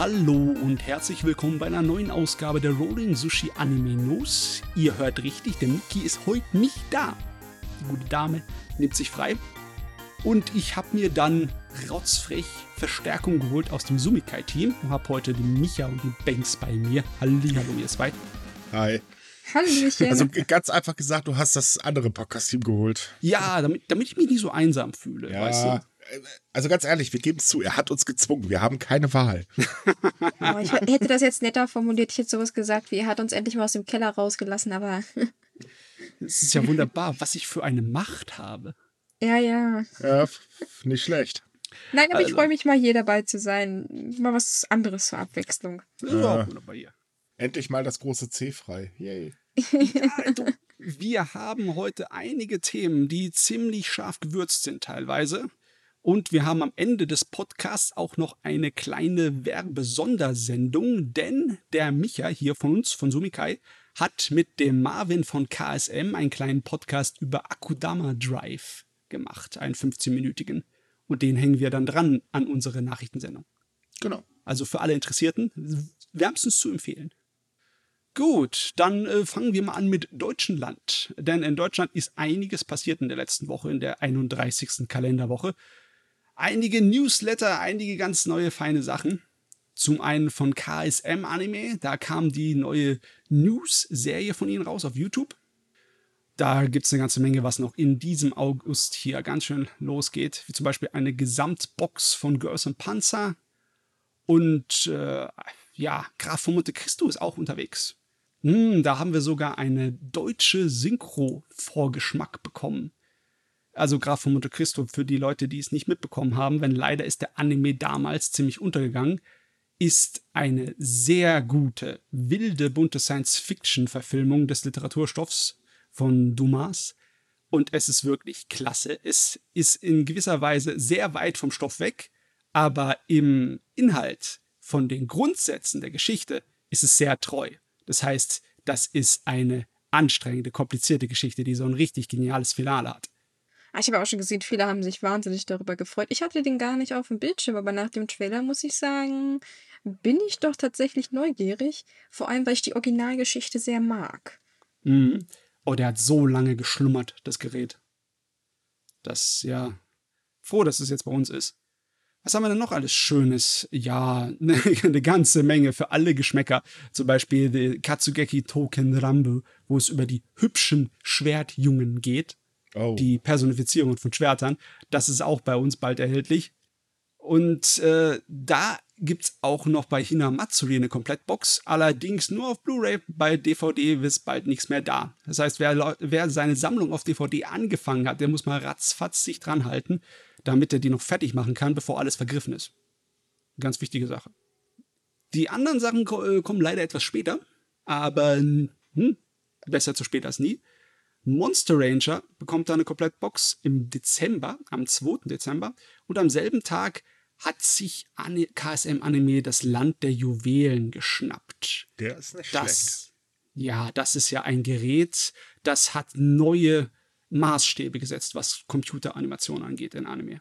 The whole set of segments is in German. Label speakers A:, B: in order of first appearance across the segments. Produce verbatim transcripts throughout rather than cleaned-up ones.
A: Hallo und herzlich willkommen bei einer neuen Ausgabe der Rolling Sushi Anime News. Ihr hört richtig, der Miki ist heute nicht da. Die gute Dame nimmt sich frei. Und ich habe mir dann rotzfrech Verstärkung geholt aus dem Sumikai-Team und habe heute den Micha und den Banks bei mir. Hallihallo, ihr zwei.
B: Hi.
C: Hallöchen.
B: Also ganz einfach gesagt, du hast das andere Podcast-Team geholt.
A: Ja, damit, damit ich mich nicht so einsam fühle,
B: Ja,
A: weißt du?
B: Also ganz ehrlich, wir geben es zu, er hat uns gezwungen, wir haben keine Wahl.
C: Oh, ich hätte das jetzt netter formuliert, ich hätte sowas gesagt, wie er hat uns endlich mal aus dem Keller rausgelassen, aber...
A: Es ist ja wunderbar, was ich für eine Macht habe.
C: Ja, ja.
B: Ja, nicht schlecht.
C: Nein, aber
A: Also.
C: ich freue mich mal hier dabei zu sein. Mal was anderes zur Abwechslung.
A: Das ist auch wunderbar hier.
B: Endlich mal das große C frei. Yay.
A: Ja, du, wir haben heute einige Themen, die ziemlich scharf gewürzt sind teilweise. Und wir haben am Ende des Podcasts auch noch eine kleine Werbesondersendung, denn der Micha hier von uns, von Sumikai, hat mit dem Marvin von K S M einen kleinen Podcast über Akudama Drive gemacht, einen fünfzehnminütigen. Und den hängen wir dann dran an unsere Nachrichtensendung.
B: Genau.
A: Also für alle Interessierten, wärmstens zu empfehlen. Gut, dann äh, fangen wir mal an mit Deutschland. Denn in Deutschland ist einiges passiert in der letzten Woche, in der einunddreißigsten Kalenderwoche. Einige Newsletter, einige ganz neue feine Sachen. Zum einen von K S M Anime, da kam die neue News-Serie von ihnen raus auf YouTube. Da gibt es eine ganze Menge, was noch in diesem August hier ganz schön losgeht. Wie zum Beispiel eine Gesamtbox von Girls and Panzer. Und äh, ja, Graf von Monte Cristo ist auch unterwegs. Hm, da haben wir sogar eine deutsche Synchro-Vorgeschmack bekommen. Also Graf von Monte Cristo, für die Leute, die es nicht mitbekommen haben, denn leider ist der Anime damals ziemlich untergegangen, ist eine sehr gute, wilde, bunte Science-Fiction-Verfilmung des Literaturstoffs von Dumas. Und es ist wirklich klasse. Es ist in gewisser Weise sehr weit vom Stoff weg, aber im Inhalt von den Grundsätzen der Geschichte ist es sehr treu. Das heißt, das ist eine anstrengende, komplizierte Geschichte, die so ein richtig geniales Finale hat.
C: Ich habe auch schon gesehen, viele haben sich wahnsinnig darüber gefreut. Ich hatte den gar nicht auf dem Bildschirm, aber nach dem Trailer muss ich sagen, bin ich doch tatsächlich neugierig. Vor allem, weil ich die Originalgeschichte sehr mag.
A: Mhm. Oh, der hat so lange geschlummert, das Gerät. Das, ja, froh, dass es jetzt bei uns ist. Was haben wir denn noch alles Schönes? Ja, eine, eine ganze Menge für alle Geschmäcker. Zum Beispiel die Katsugeki Touken Ranbu, wo es über die hübschen Schwertjungen geht.
B: Oh.
A: Die Personifizierung von Schwertern. Das ist auch bei uns bald erhältlich. Und äh, da gibt es auch noch bei Hinamatsuri eine Komplettbox. Allerdings nur auf Blu-ray. Bei D V D ist bald nichts mehr da. Das heißt, wer, wer seine Sammlung auf D V D angefangen hat, der muss mal ratzfatz sich dran halten, damit er die noch fertig machen kann, bevor alles vergriffen ist. Ganz wichtige Sache. Die anderen Sachen ko- äh, kommen leider etwas später. Aber hm, besser zu spät als nie. Monster Ranger bekommt da eine Komplettbox im Dezember, am zweiten Dezember. Und am selben Tag hat sich K S M Anime das Land der Juwelen geschnappt.
B: Der ist nicht
A: das,
B: schlecht.
A: Ja, das ist ja ein Gerät, das hat neue Maßstäbe gesetzt, was Computeranimation angeht in Anime.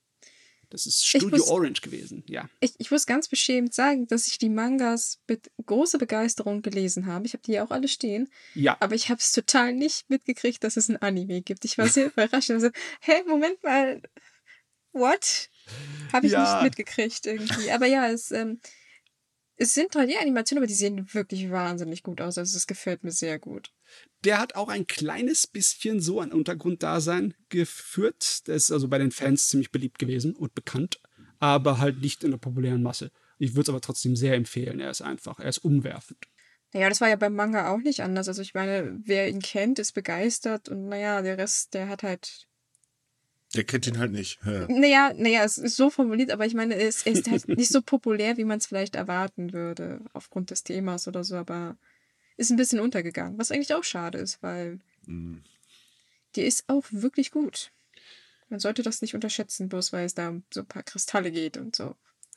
A: Das ist Studio
C: muss-
A: Orange gewesen, ja.
C: Ich, ich muss ganz beschämt sagen, dass ich die Mangas mit großer Begeisterung gelesen habe. Ich habe die ja auch alle stehen.
A: Ja,
C: Aber ich habe es total nicht mitgekriegt, dass es ein Anime gibt. Ich war sehr überrascht. Also, hä, Moment mal. What? Habe ich
A: Ja.
C: nicht mitgekriegt irgendwie. Aber ja, es, ähm, es sind drei D-Animationen, aber die sehen wirklich wahnsinnig gut aus. Also es gefällt mir sehr gut.
A: der hat auch ein kleines bisschen so ein Untergrunddasein geführt. Der ist also bei den Fans ziemlich beliebt gewesen und bekannt, aber halt nicht in der populären Masse. Ich würde es aber trotzdem sehr empfehlen. Er ist einfach, er ist umwerfend.
C: Naja, das war ja beim Manga auch nicht anders. Also ich meine, wer ihn kennt, ist begeistert und naja, der Rest, der hat halt...
B: Der kennt ihn halt nicht. Ja.
C: Naja, naja, es ist so formuliert, aber ich meine, es ist halt nicht so populär, wie man es vielleicht erwarten würde, aufgrund des Themas oder so, aber ist ein bisschen untergegangen, was eigentlich auch schade ist, weil
B: Mhm.
C: die ist auch wirklich gut. Man sollte das nicht unterschätzen, bloß weil es da um so ein paar Kristalle geht und so.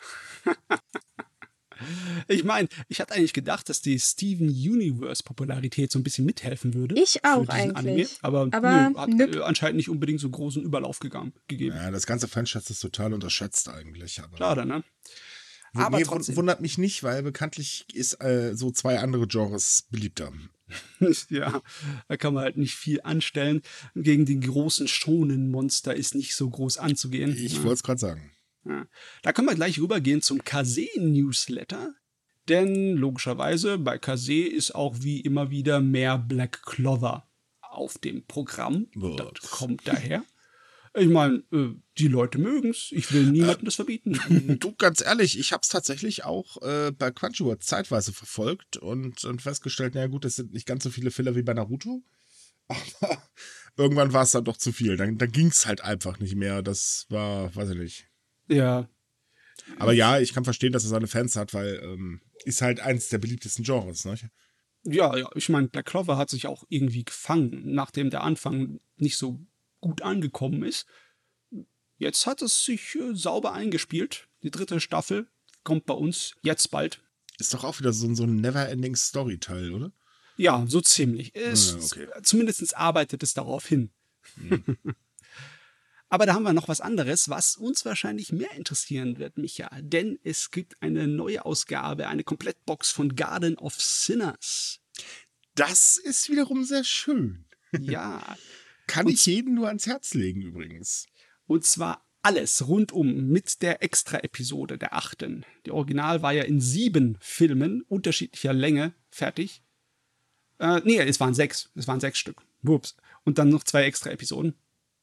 A: Ich meine, ich hatte eigentlich gedacht, dass die Steven Universe-Popularität so ein bisschen mithelfen würde.
C: Ich auch
A: für diesen
C: eigentlich.
A: Anime. Aber,
C: Aber
A: nö, hat
C: nüpp.
A: äh, anscheinend nicht unbedingt so großen Überlauf gegangen, gegeben.
B: Ja, das ganze Franchise ist total unterschätzt eigentlich. Aber
A: Schade, ne? Aber
B: nee,
A: trotzdem.
B: wundert mich nicht, weil bekanntlich ist äh, so zwei andere Genres beliebter.
A: Ja, da kann man halt nicht viel anstellen. Gegen die großen Shonen-Monster ist nicht so groß anzugehen.
B: Ich
A: Ja.
B: wollte es gerade sagen.
A: Ja. Da können wir gleich rübergehen zum Kase-Newsletter. Denn logischerweise bei Kase ist auch wie immer wieder mehr Black Clover auf dem Programm.
B: What?
A: Das kommt daher. Ich meine, äh, die Leute mögen's. Ich will niemandem das verbieten.
B: Du, ganz ehrlich, ich habe es tatsächlich auch äh, bei Crunchyroll zeitweise verfolgt und, und festgestellt, naja gut, es sind nicht ganz so viele Filler wie bei Naruto. Aber irgendwann war es dann doch zu viel. Dann, dann ging es halt einfach nicht mehr. Das war, weiß ich nicht.
A: Ja,
B: Aber ja, ich kann verstehen, dass er seine Fans hat, weil ähm, ist halt eins der beliebtesten Genres, ne?
A: ja, ja. Ich meine, Black Clover hat sich auch irgendwie gefangen, nachdem der Anfang nicht so gut angekommen ist. Jetzt hat es sich äh, sauber eingespielt. Die dritte Staffel kommt bei uns jetzt bald.
B: Ist doch auch wieder so, ein- so ein Never-Ending Story-Teil, oder?
A: Ja, so ziemlich. Es,
B: Ja, okay.
A: Zumindest arbeitet es darauf hin. Aber da haben wir noch was anderes, was uns wahrscheinlich mehr interessieren wird, Micha. Denn es gibt eine neue Ausgabe, eine Komplettbox von Garden of Sinners.
B: Das ist wiederum sehr schön.
A: Ja,
B: Kann ich jedem nur ans Herz legen, übrigens.
A: und zwar alles rundum mit der Extra-Episode, der achten. Die Original war ja in sieben Filmen unterschiedlicher Länge fertig. Äh, nee, es waren sechs. Es waren sechs Stück. Ups. Und dann noch zwei Extra-Episoden.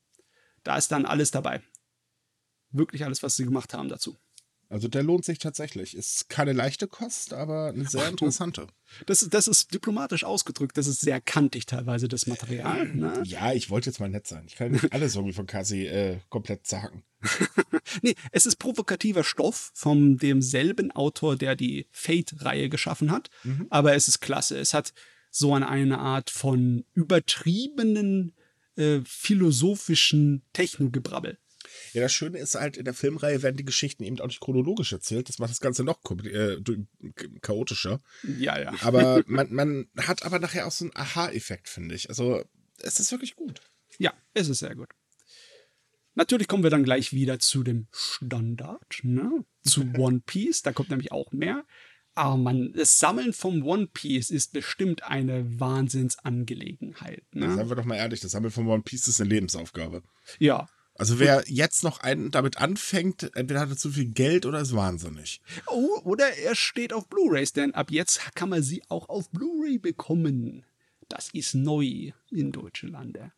A: Da ist dann alles dabei. Wirklich alles, was sie gemacht haben dazu.
B: Also der lohnt sich tatsächlich. Ist keine leichte Kost, aber eine sehr interessante.
A: Das ist, das ist diplomatisch ausgedrückt. Das ist sehr kantig teilweise, das Material. Ne?
B: Ja, ich wollte jetzt mal nett sein. Ich kann nicht alles irgendwie von Kasi äh, komplett sagen.
A: Nee, es ist provokativer Stoff von demselben Autor, der die Fate-Reihe geschaffen hat. Aber es ist klasse. Es hat so eine, eine Art von übertriebenen äh, philosophischen Technogebrabbel.
B: Ja, das Schöne ist halt, in der Filmreihe werden die Geschichten eben auch nicht chronologisch erzählt. Das macht das Ganze noch äh, chaotischer.
A: Ja, ja.
B: Aber man, man hat aber nachher auch so einen Aha-Effekt, finde ich. Also, es ist wirklich gut.
A: Ja, es ist sehr gut. Natürlich kommen wir dann gleich wieder zu dem Standard, ne? Zu One Piece. Da kommt nämlich auch mehr. Aber man, das Sammeln vom One Piece ist bestimmt eine Wahnsinnsangelegenheit. Ne?
B: Seien wir doch mal ehrlich, das Sammeln von One Piece ist eine Lebensaufgabe.
A: Ja.
B: Also wer jetzt noch einen damit anfängt, entweder hat er zu viel Geld oder ist wahnsinnig.
A: Oh, oder er steht auf Blu-rays, denn ab jetzt kann man sie auch auf Blu-ray bekommen. Das ist neu in Deutschlande.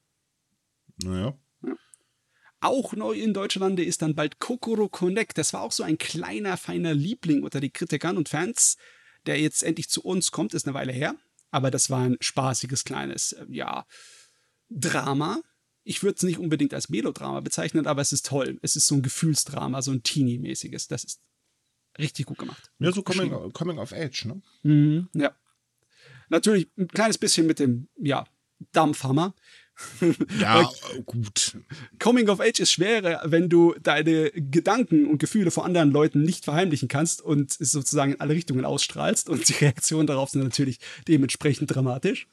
B: Naja.
A: Auch neu in Deutschlande ist dann bald Kokoro Connect. Das war auch so ein kleiner, feiner Liebling unter die Kritikern und Fans, der jetzt endlich zu uns kommt, ist eine Weile her. Aber das war ein spaßiges, kleines, äh, ja, Drama. Ich würde es nicht unbedingt als Melodrama bezeichnen, aber es ist toll. Es ist so ein Gefühlsdrama, so ein Teenie-mäßiges. Das ist richtig gut gemacht.
B: Ja, so Coming, Coming of Age, ne?
A: Mhm, ja. Natürlich ein kleines bisschen mit dem, ja, Dampfhammer.
B: Ja, gut.
A: Coming of Age ist schwerer, wenn du deine Gedanken und Gefühle vor anderen Leuten nicht verheimlichen kannst und es sozusagen in alle Richtungen ausstrahlst. Und die Reaktionen darauf sind natürlich dementsprechend dramatisch.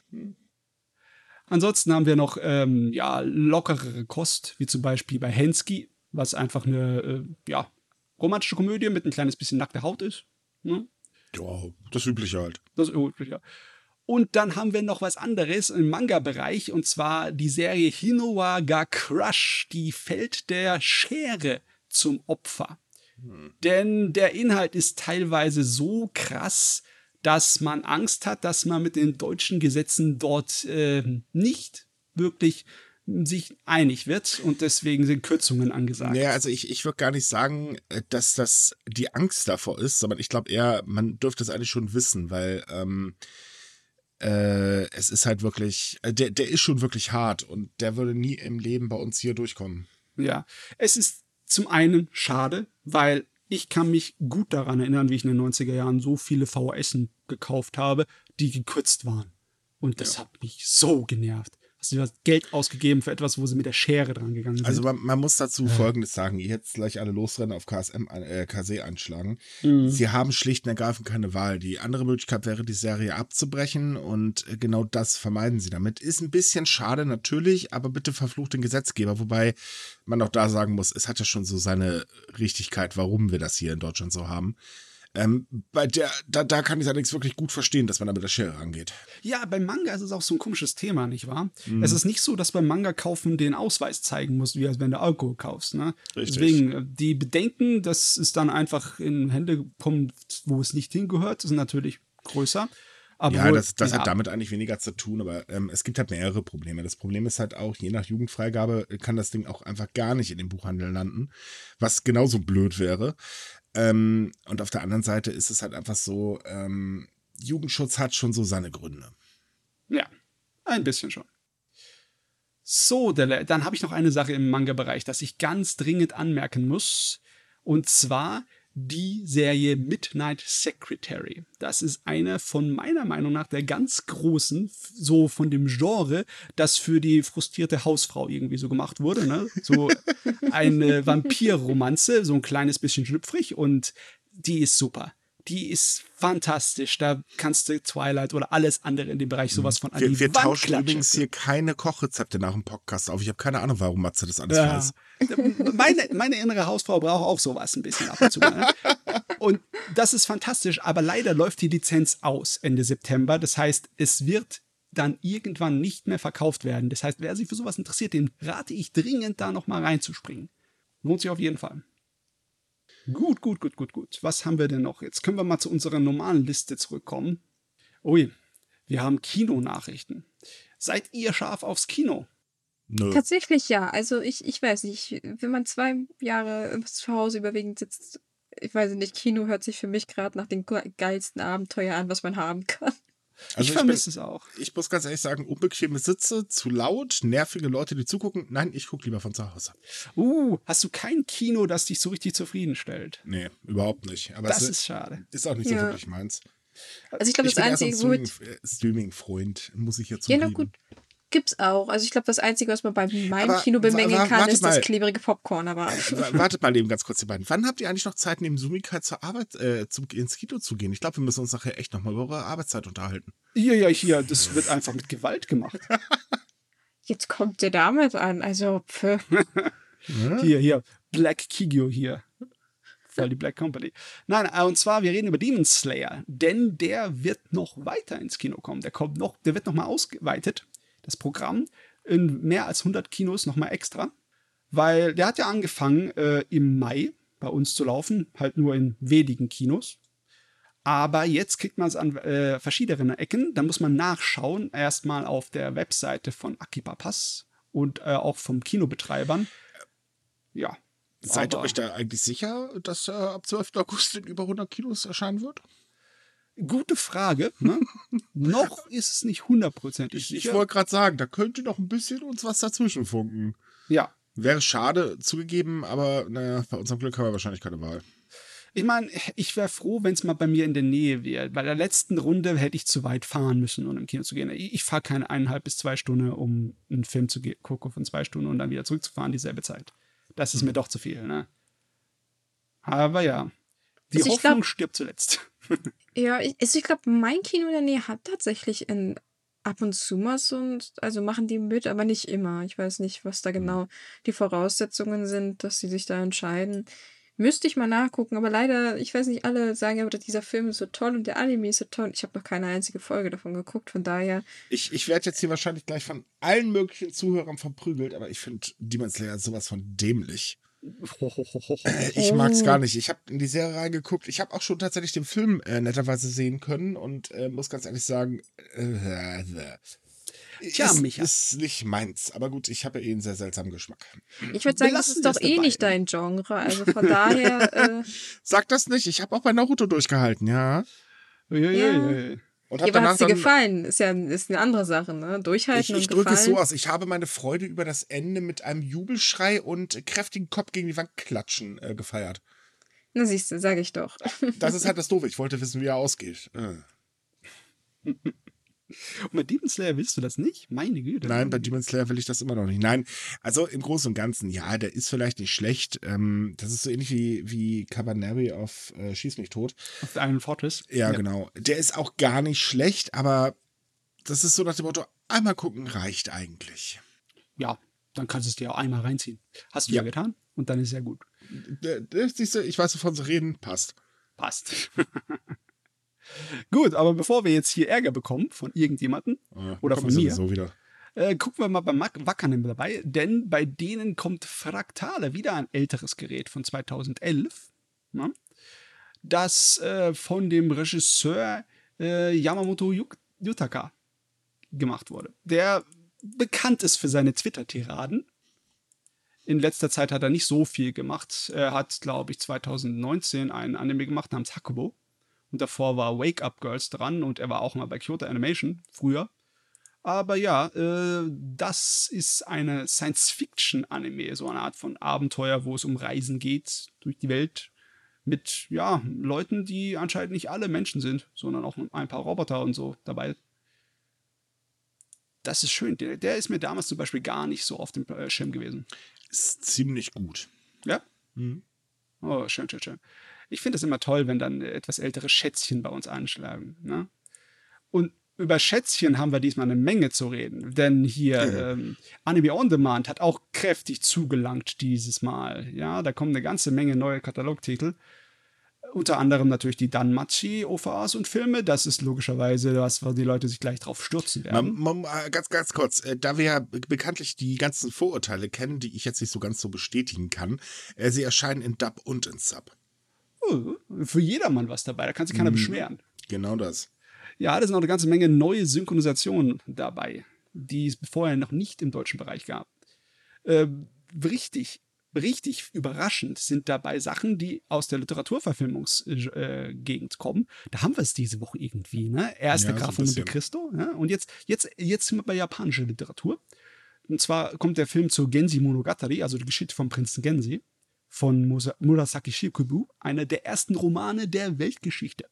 A: Ansonsten haben wir noch ähm, ja, lockerere Kost, wie zum Beispiel bei Hensky, was einfach eine äh, ja, romantische Komödie mit ein kleines bisschen nackter Haut ist. Ne?
B: Ja, das Übliche halt.
A: Das ist üblich, ja. Und dann haben wir noch was anderes im Manga-Bereich, und zwar die Serie Hinowa ga Crush, die fällt der Schere zum Opfer. Hm. Denn der Inhalt ist teilweise so krass, dass man Angst hat, dass man mit den deutschen Gesetzen dort äh, nicht wirklich sich einig wird, und deswegen sind Kürzungen angesagt.
B: Naja, also ich, ich würde gar nicht sagen, dass das die Angst davor ist, sondern ich glaube eher, man dürfte es eigentlich schon wissen, weil ähm, äh, es ist halt wirklich, der, der ist schon wirklich hart und der würde nie im Leben bei uns hier durchkommen.
A: Ja, es ist zum einen schade, weil ich kann mich gut daran erinnern, wie ich in den neunziger Jahren so viele V H S gekauft habe, die gekürzt waren. Und das ja. hat mich so genervt. Hast du Geld ausgegeben für etwas, wo sie mit der Schere dran gegangen sind?
B: Also man, man muss dazu ja. Folgendes sagen. Ihr jetzt gleich alle losrennen, auf K S M, äh, K S E anschlagen. Mhm. Sie haben schlicht und ergreifend keine Wahl. Die andere Möglichkeit wäre, die Serie abzubrechen, und genau das vermeiden sie damit. Ist ein bisschen schade natürlich, aber bitte verflucht den Gesetzgeber. Wobei man auch da sagen muss, es hat ja schon so seine Richtigkeit, warum wir das hier in Deutschland so haben. Ähm, bei der, da, da kann ich allerdings wirklich gut verstehen, dass man da mit der Schere rangeht.
A: Ja, beim Manga ist es auch so ein komisches Thema, nicht wahr?
B: Mhm.
A: Es ist nicht so, dass beim Manga kaufen den Ausweis zeigen musst, wie als wenn du Alkohol kaufst. Ne?
B: Richtig.
A: Deswegen, äh, die Bedenken, dass es dann einfach in Hände kommt, wo es nicht hingehört, sind natürlich größer. Aber
B: Ja,
A: wohl-
B: das, das
A: ja,
B: hat damit eigentlich weniger zu tun, aber ähm, es gibt halt mehrere Probleme. Das Problem ist halt auch, je nach Jugendfreigabe kann das Ding auch einfach gar nicht in den Buchhandel landen, was genauso blöd wäre. Ähm, und auf der anderen Seite ist es halt einfach so, ähm, Jugendschutz hat schon so seine Gründe.
A: Ja, ein bisschen schon. So, Dele, dann habe ich noch eine Sache im Manga-Bereich, das ich ganz dringend anmerken muss. Und zwar die Serie Midnight Secretary. Das ist eine von meiner Meinung nach der ganz großen, so von dem Genre, das für die frustrierte Hausfrau irgendwie so gemacht wurde. Ne? So eine Vampir-Romanze, so ein kleines bisschen schlüpfrig und die ist super. Die ist fantastisch. Da kannst du Twilight oder alles andere in dem Bereich sowas von an
B: Wir,
A: die
B: wir
A: Wand
B: tauschen
A: klatschen.
B: übrigens hier keine Kochrezepte nach dem Podcast auf. Ich habe keine Ahnung, warum Matze das alles
A: Ja.
B: weiß.
A: Meine, meine innere Hausfrau braucht auch sowas ein bisschen ab und zu. Ne? Und das ist fantastisch, aber leider läuft die Lizenz aus Ende September. Das heißt, es wird dann irgendwann nicht mehr verkauft werden. Das heißt, wer sich für sowas interessiert, dem rate ich dringend, da nochmal reinzuspringen. Lohnt sich auf jeden Fall. Gut, gut, gut, gut, gut. Was haben wir denn noch? Jetzt können wir mal zu unserer normalen Liste zurückkommen. Ui, wir haben Kinonachrichten. Seid ihr scharf aufs Kino?
B: Nö.
C: Tatsächlich ja. Also ich, ich weiß nicht, wenn man zwei Jahre zu Hause überwiegend sitzt, ich weiß nicht, Kino hört sich für mich gerade nach dem ge- geilsten Abenteuer an, was man haben kann.
B: Also
A: ich
B: ich
A: vermisse es auch.
B: Ich muss ganz ehrlich sagen, unbequeme Sitze, zu laut, nervige Leute, die zugucken. Nein, ich gucke lieber von zu Hause.
A: Uh, hast du kein Kino, das dich so richtig zufriedenstellt?
B: Nee, überhaupt nicht. Aber
A: Das
B: es
A: ist schade.
B: ist auch nicht so
C: Ja.
B: wirklich meins.
C: Also ich glaube,
B: Ich
C: das
B: bin eher so ein
C: Einzige, wo ich...
B: Streaming- äh, Streaming-Freund, muss ich jetzt
C: Ja,
B: zugeben.
C: na gut. Gibt's auch. Also ich glaube, das Einzige, was man bei meinem
B: Aber
C: Kino
B: wa-
C: bemängeln
B: wa-
C: kann,
B: warte
C: ist das
B: mal.
C: klebrige Popcorn. Aber
B: W- Wartet mal eben ganz kurz, die beiden. Wann habt ihr eigentlich noch Zeit, neben Zoomigkeit zur Arbeit äh, zum, ins Kino zu gehen? Ich glaube, wir müssen uns nachher echt nochmal über eure Arbeitszeit unterhalten.
A: Ja, ja, hier, das wird einfach mit Gewalt gemacht.
C: jetzt kommt der damit an. Also, pff.
A: Hier, hier, Black Kigyo hier. Voll die Black Company. Nein, äh, und zwar, wir reden über Demon Slayer, denn der wird noch weiter ins Kino kommen. Der kommt noch, der wird noch mal ausgeweitet, das Programm, in mehr als hundert Kinos noch mal extra. Weil der hat ja angefangen äh, im Mai bei uns zu laufen, halt nur in wenigen Kinos. Aber jetzt kriegt man es an äh, verschiedenen Ecken. Da muss man nachschauen, erstmal auf der Webseite von Akiba Pass und äh, auch vom Kinobetreibern. Ja.
B: Seid ihr
A: aber
B: euch da eigentlich sicher, dass äh, ab zwölften August in über hundert Kinos erscheinen wird?
A: Gute Frage. Ne? Noch ist es nicht hundertprozentig
B: Ich, ich
A: sicher.
B: wollte gerade sagen, da könnte noch ein bisschen uns was dazwischen funken.
A: Ja.
B: Wäre schade, zugegeben, aber naja, bei unserem Glück haben wir wahrscheinlich keine Wahl.
A: Ich meine, ich wäre froh, wenn es mal bei mir in der Nähe wäre. Bei der letzten Runde hätte ich zu weit fahren müssen, um im Kino zu gehen. Ich, ich fahre keine eineinhalb bis zwei Stunden, um einen Film zu ge- gucken von zwei Stunden und dann wieder zurückzufahren, dieselbe Zeit. Das ist mir doch zu viel, ne? Aber ja, die
C: Also ich
A: Hoffnung
C: glaub-
A: stirbt zuletzt.
C: Ja, ich, also ich glaube, mein Kino in der Nähe hat tatsächlich in ab und zu mal so, ein- also machen die mit, aber nicht immer. Ich weiß nicht, was da genau die Voraussetzungen sind, dass sie sich da entscheiden. Müsste ich mal nachgucken, aber leider, ich weiß nicht, alle sagen ja, dieser Film ist so toll und der Anime ist so toll. Ich habe noch keine einzige Folge davon geguckt, von daher.
B: Ich, ich werde jetzt hier wahrscheinlich gleich von allen möglichen Zuhörern verprügelt, aber ich finde Demon Slayer sowas von dämlich. Äh, Ich mag's gar nicht. Ich habe in die Serie reingeguckt. Ich habe auch schon tatsächlich den Film äh, netterweise sehen können und äh, muss ganz ehrlich sagen, äh, äh,
A: Tja,
B: ist,
A: Micha.
B: ist nicht meins. Aber gut, ich habe ja eh einen sehr seltsamen Geschmack.
C: Ich würde sagen, das
A: Belassen
C: ist
A: wir
C: doch
A: es
C: eh
A: dabei.
C: nicht dein Genre. Also von daher, äh,
B: Sag das nicht. Ich habe auch bei Naruto durchgehalten, ja.
A: Uiuiui.
B: Und
C: ja,
B: habe
C: aber
B: danach
C: hat's dir
B: dann
C: gefallen? Ist ja ist eine andere Sache, ne? Durchhalten
B: Ich, ich
C: und
B: drücke es so
C: gefallen.
B: aus. Ich habe meine Freude über das Ende mit einem Jubelschrei und kräftigen Kopf gegen die Wand klatschen äh, gefeiert.
C: Na siehst du, sag ich doch.
B: Das ist halt das Doofe. Ich wollte wissen, wie er ausgeht. Äh.
A: Und bei Demon Slayer willst du das nicht? Meine Güte.
B: Nein, bei Demon Slayer will ich das immer noch nicht. Nein, also im Großen und Ganzen, ja, der ist vielleicht nicht schlecht. Ähm, das ist so ähnlich wie, wie Cabaneri auf äh, Schieß mich tot.
A: Auf der Iron Fortress.
B: Ja, genau. Der ist auch gar nicht schlecht, aber das ist so nach dem Motto, einmal gucken reicht eigentlich.
A: Ja, dann kannst du es dir auch einmal reinziehen. Hast du
B: Ja.
A: ja getan und dann ist ja gut.
B: Äh, äh, Siehst du, ich weiß, wovon sie reden, passt.
A: Passt. Gut, aber bevor wir jetzt hier Ärger bekommen von irgendjemandem
B: Ja,
A: oder
B: kommt
A: von mir,
B: sowieso wieder.
A: äh, gucken wir mal bei Mac- Wackernim dabei, denn bei denen kommt Fraktale, wieder ein älteres Gerät von zweitausendelf, ne? Das äh, von dem Regisseur äh, Yamamoto Yuk- Yutaka gemacht wurde, der bekannt ist für seine Twitter-Tiraden. In letzter Zeit hat er nicht so viel gemacht. Er hat, glaube ich, zweitausendneunzehn einen Anime gemacht namens Hakubo. Und davor war Wake Up Girls dran und er war auch mal bei Kyoto Animation früher. Aber ja, äh, das ist eine Science-Fiction-Anime, so eine Art von Abenteuer, wo es um Reisen geht durch die Welt mit, ja, Leuten, die anscheinend nicht alle Menschen sind, sondern auch ein paar Roboter und so dabei. Das ist schön. Der, der ist mir damals zum Beispiel gar nicht so auf dem äh, Schirm gewesen.
B: Ist ziemlich gut.
A: Ja?
B: Mhm.
A: Oh, schön, schön, schön. Ich finde es immer toll, wenn dann etwas ältere Schätzchen bei uns anschlagen. Ne? Und über Schätzchen haben wir diesmal eine Menge zu reden. Denn hier ähm, Anime On Demand hat auch kräftig zugelangt dieses Mal. Ja, da kommen eine ganze Menge neue Katalogtitel. Unter anderem natürlich die Danmachi, O V As und Filme. Das ist logischerweise was, wo die Leute sich gleich drauf stürzen werden.
B: Man, man, äh, ganz, ganz kurz, äh, da wir ja be- bekanntlich die ganzen Vorurteile kennen, die ich jetzt nicht so ganz so bestätigen kann, äh, sie erscheinen in Dub und in Sub.
A: Oh, für jedermann was dabei, da kann sich keiner
B: Mhm.
A: beschweren.
B: Genau das.
A: Ja, da sind auch eine ganze Menge neue Synchronisationen dabei, die es vorher noch nicht im deutschen Bereich gab. Ähm, richtig, richtig überraschend sind dabei Sachen, die aus der Literaturverfilmungsgegend äh, kommen. Da haben wir es diese Woche irgendwie, ne? Erst
B: Ja,
A: der
B: so
A: Graf
B: ein
A: von Monte
B: bisschen.
A: Cristo, ja? Und jetzt, jetzt, jetzt sind wir bei japanischer Literatur. Und zwar kommt der Film zu Genji Monogatari, also die Geschichte vom Prinzen Genji, von Musa- Murasaki Shikibu, einer der ersten Romane der Weltgeschichte.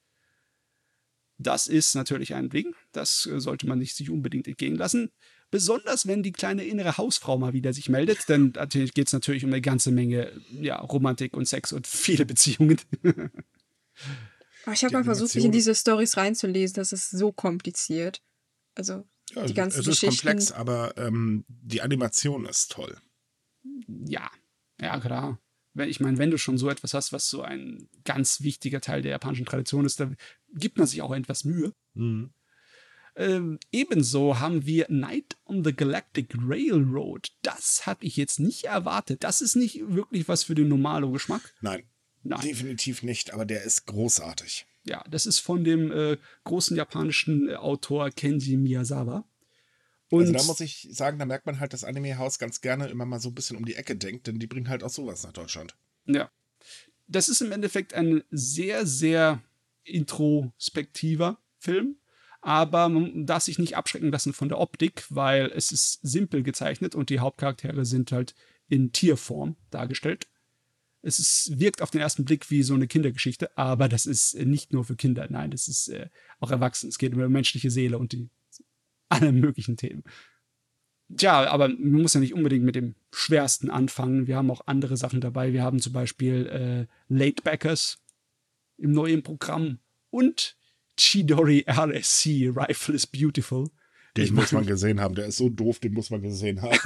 A: Das ist natürlich ein Ding, das äh, sollte man nicht sich unbedingt entgehen lassen. Besonders wenn die kleine innere Hausfrau mal wieder sich meldet, denn natürlich geht es natürlich um eine ganze Menge ja, Romantik und Sex und viele Beziehungen.
C: Aber ich habe
B: Die
C: mal versucht, mich in
B: Animation-
C: diese Stories reinzulesen. Das ist so kompliziert. Also,
B: Ja,
C: die ganzen
B: es ist
C: Geschichten.
B: komplex, aber ähm, die Animation ist toll.
A: Ja, ja, klar. Wenn- Ich meine, wenn du schon so etwas hast, was so ein ganz wichtiger Teil der japanischen Tradition ist, da gibt man sich auch etwas Mühe.
B: Mhm.
A: Ähm, ebenso haben wir Night on the Galactic Railroad. Das habe ich jetzt nicht erwartet. Das ist nicht wirklich was für den Normalo-Geschmack.
B: Nein,
A: Nein.
B: definitiv nicht, aber der ist großartig.
A: Ja, das ist von dem äh, großen japanischen äh, Autor Kenji Miyazawa. Und
B: Also da muss ich sagen, da merkt man halt, dass Anime-Haus ganz gerne immer mal so ein bisschen um die Ecke denkt, denn die bringen halt auch sowas nach Deutschland.
A: ja, das ist im Endeffekt ein sehr, sehr introspektiver Film. Aber man darf sich nicht abschrecken lassen von der Optik, weil es ist simpel gezeichnet und die Hauptcharaktere sind halt in Tierform dargestellt. Es ist, wirkt auf den ersten Blick wie so eine Kindergeschichte, aber das ist äh, nicht nur für Kinder. Nein, das ist äh, auch erwachsen. Es geht um die menschliche Seele und die alle möglichen Themen. Tja, aber man muss ja nicht unbedingt mit dem Schwersten anfangen. Wir haben auch andere Sachen dabei. Wir haben zum Beispiel äh, Latebackers im neuen Programm und Chidori R S C, Rifle is Beautiful.
B: Den
A: Ich
B: muss
A: mein-
B: man gesehen haben. Der ist so doof, den muss man gesehen haben.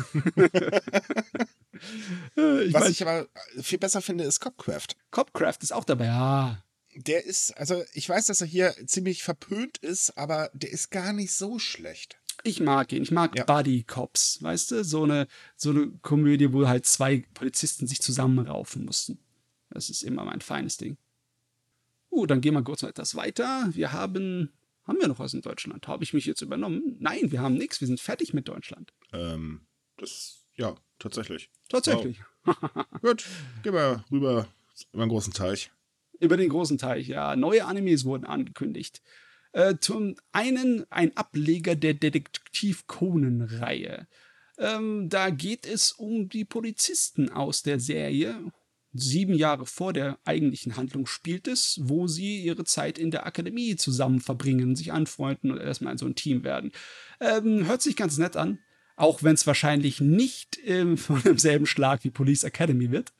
A: Äh, ich
B: Was
A: mein,
B: ich aber viel besser finde, ist Copcraft.
A: Copcraft ist auch dabei. Ja,
B: Der ist, also ich weiß, dass er hier ziemlich verpönt ist, aber der ist gar nicht so schlecht.
A: ich mag ihn. Ich mag
B: Ja.
A: Buddy Cops, weißt du? So eine, so eine Komödie, wo halt zwei Polizisten sich zusammenraufen mussten. Das ist immer mein feines Ding. Uh, dann gehen wir kurz noch etwas weiter. Wir haben, haben wir noch was in Deutschland? Habe ich mich jetzt übernommen? Nein, wir haben nichts. Wir sind fertig mit Deutschland.
B: Ähm, das, ja, tatsächlich.
A: Tatsächlich.
B: Gut, gehen wir rüber über den großen Teich.
A: Über den großen Teich, ja. Neue Animes wurden angekündigt. Äh, zum einen ein Ableger der Detektiv Conan-Reihe. Ähm, da geht es um die Polizisten aus der Serie. Sieben Jahre vor der eigentlichen Handlung spielt es, wo sie ihre Zeit in der Akademie zusammen verbringen, sich anfreunden und erstmal in so ein Team werden. Ähm, hört sich ganz nett an, auch wenn es wahrscheinlich nicht ähm, von demselben Schlag wie Police Academy wird.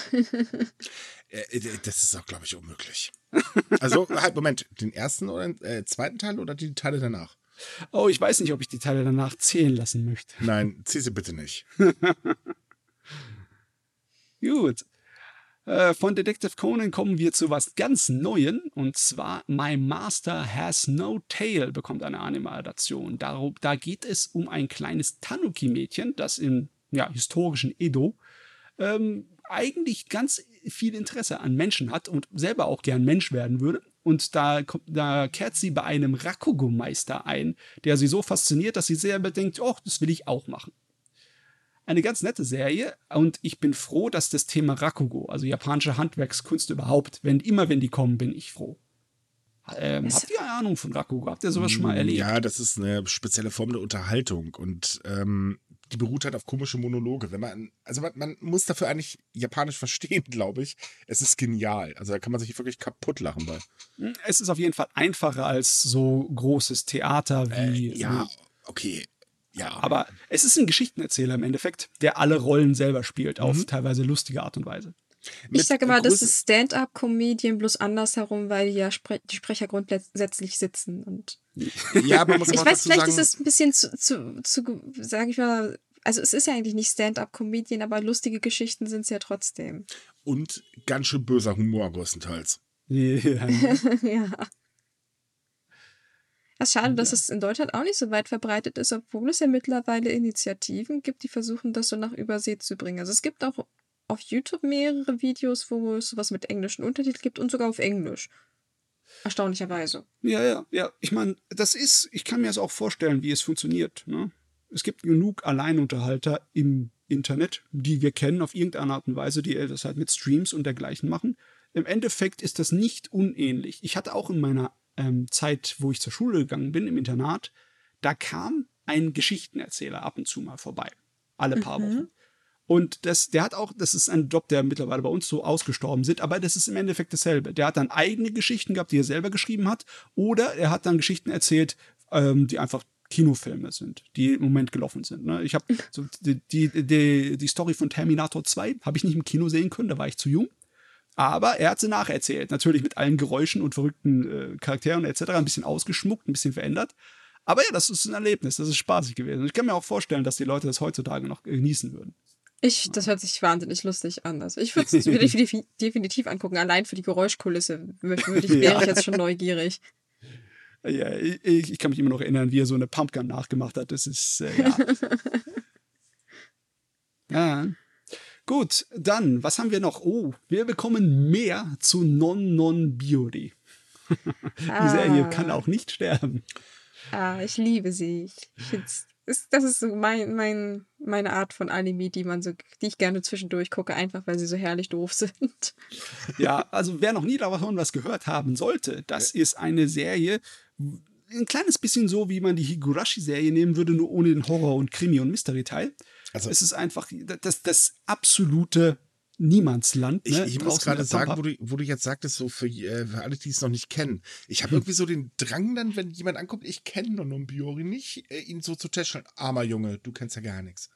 B: Äh, das ist auch, glaube ich, unmöglich. Also, halt, Moment, den ersten oder den äh, zweiten Teil oder die Teile danach?
A: Oh, ich weiß nicht, ob ich die Teile danach zählen lassen möchte.
B: Nein, zieh sie bitte nicht.
A: Gut. Äh, von Detective Conan kommen wir zu was ganz Neuem. Und zwar My Master Has No Tail bekommt eine Anime-Adaption. Darum- Da geht es um ein kleines Tanuki-Mädchen, das im ja, historischen Edo ähm, eigentlich ganz viel Interesse an Menschen hat und selber auch gern Mensch werden würde. Und da, kommt- da kehrt sie bei einem Rakugo-Meister ein, der sie so fasziniert, dass sie selber denkt, oh, das will ich auch machen. Eine ganz nette Serie und ich bin froh, dass das Thema Rakugo, also japanische Handwerkskunst überhaupt, wenn immer wenn die kommen, bin ich froh. Ähm,
C: Es,
A: habt ihr eine Ahnung von Rakugo? Habt ihr sowas schon mal
B: Mm,
A: erlebt?
B: Ja, das ist eine spezielle Form der Unterhaltung und ähm, die beruht halt auf komische Monologe. Wenn man, also man, man muss dafür eigentlich Japanisch verstehen, glaube ich. Es ist genial. Also da kann man sich wirklich kaputt lachen bei.
A: Hm, Es ist auf jeden Fall einfacher als so großes Theater wie.
B: Ja,
A: wie
B: okay. Ja.
A: aber es ist ein Geschichtenerzähler im Endeffekt, der alle Rollen selber spielt, auf
B: Mhm.
A: teilweise lustige Art und Weise.
C: ich
B: Mit
C: sage immer, das
B: Größe-
C: ist Stand-up-Comedian bloß andersherum, weil die ja spre die Sprecher grundsätzlich sitzen. Und
B: Ja, man muss aber
C: ich
B: auch
C: weiß,
B: dazu
C: vielleicht
B: sagen,
C: ist es ein bisschen zu, zu, zu sage ich mal, also es ist ja eigentlich nicht Stand-up-Comedian, aber lustige Geschichten sind es ja trotzdem.
B: und ganz schön böser Humor größtenteils.
A: Ja.
C: Ja. Es ist schade, dass
A: Ja.
C: es in Deutschland auch nicht so weit verbreitet ist, obwohl es ja mittlerweile Initiativen gibt, die versuchen, das so nach Übersee zu bringen. Also es gibt auch auf YouTube mehrere Videos, wo es sowas mit englischen Untertiteln gibt und sogar auf Englisch. Erstaunlicherweise.
A: Ja, ja, ja. Ich meine, das ist, ich kann mir das auch vorstellen, wie es funktioniert. Ne? Es gibt genug Alleinunterhalter im Internet, die wir kennen auf irgendeine Art und Weise, die das halt mit Streams und dergleichen machen. Im Endeffekt ist das nicht unähnlich. Ich hatte auch in meiner ähm, Zeit, wo ich zur Schule gegangen bin, im Internat, da kam ein Geschichtenerzähler ab und zu mal vorbei. Alle paar
C: Mhm.
A: Wochen. Und das, der hat auch, das ist ein Job, der mittlerweile bei uns so ausgestorben sind, aber das ist im Endeffekt dasselbe. Der hat dann eigene Geschichten gehabt, die er selber geschrieben hat, oder er hat dann Geschichten erzählt, ähm, die einfach Kinofilme sind, die im Moment gelaufen sind. Ne? Ich habe so die, die, die, die Story von Terminator zwei habe ich nicht im Kino sehen können, da war ich zu jung. Aber er hat sie nacherzählt, natürlich mit allen Geräuschen und verrückten äh, Charakteren et cetera, ein bisschen ausgeschmuckt, ein bisschen verändert. Aber ja, das ist ein Erlebnis, das ist spaßig gewesen. Und ich kann mir auch vorstellen, dass die Leute das heutzutage noch genießen würden.
C: Ich, das hört sich wahnsinnig lustig an. Also ich würde es definitiv, definitiv angucken. Allein für die Geräuschkulisse würde ich, wäre
A: Ja.
C: ich jetzt schon neugierig.
A: Ja, ich, ich kann mich immer noch erinnern, wie er so eine Pumpgun nachgemacht hat. Das ist, äh, ja. ja. Gut, dann, was haben wir noch? Oh, wir bekommen mehr zu Non Non Biori. Die Serie kann auch nicht sterben.
C: Ah, ich liebe sie. Ich, ich find's, ist, das ist so mein, mein, meine Art von Anime, die man so, die ich gerne zwischendurch gucke, einfach weil sie so herrlich doof sind.
A: Ja, also wer noch nie davon was gehört haben sollte, das ist eine Serie, ein kleines bisschen so, wie man die Higurashi-Serie nehmen würde, nur ohne den Horror- und Krimi- und Mystery-Teil.
B: Also
A: Es ist einfach das, das absolute Niemandsland.
B: Ich,
A: Ne?
B: ich muss
A: Draußen in
B: gerade
A: der
B: sagen,
A: Pampa.
B: wo du, wo du jetzt sagtest, so für, äh, für alle, die es noch nicht kennen. Ich habe irgendwie so den Drang dann, wenn jemand ankommt, ich kenne Non Non Biori nicht, äh, ihn so zu tätscheln. Armer Junge, du kennst ja gar nichts.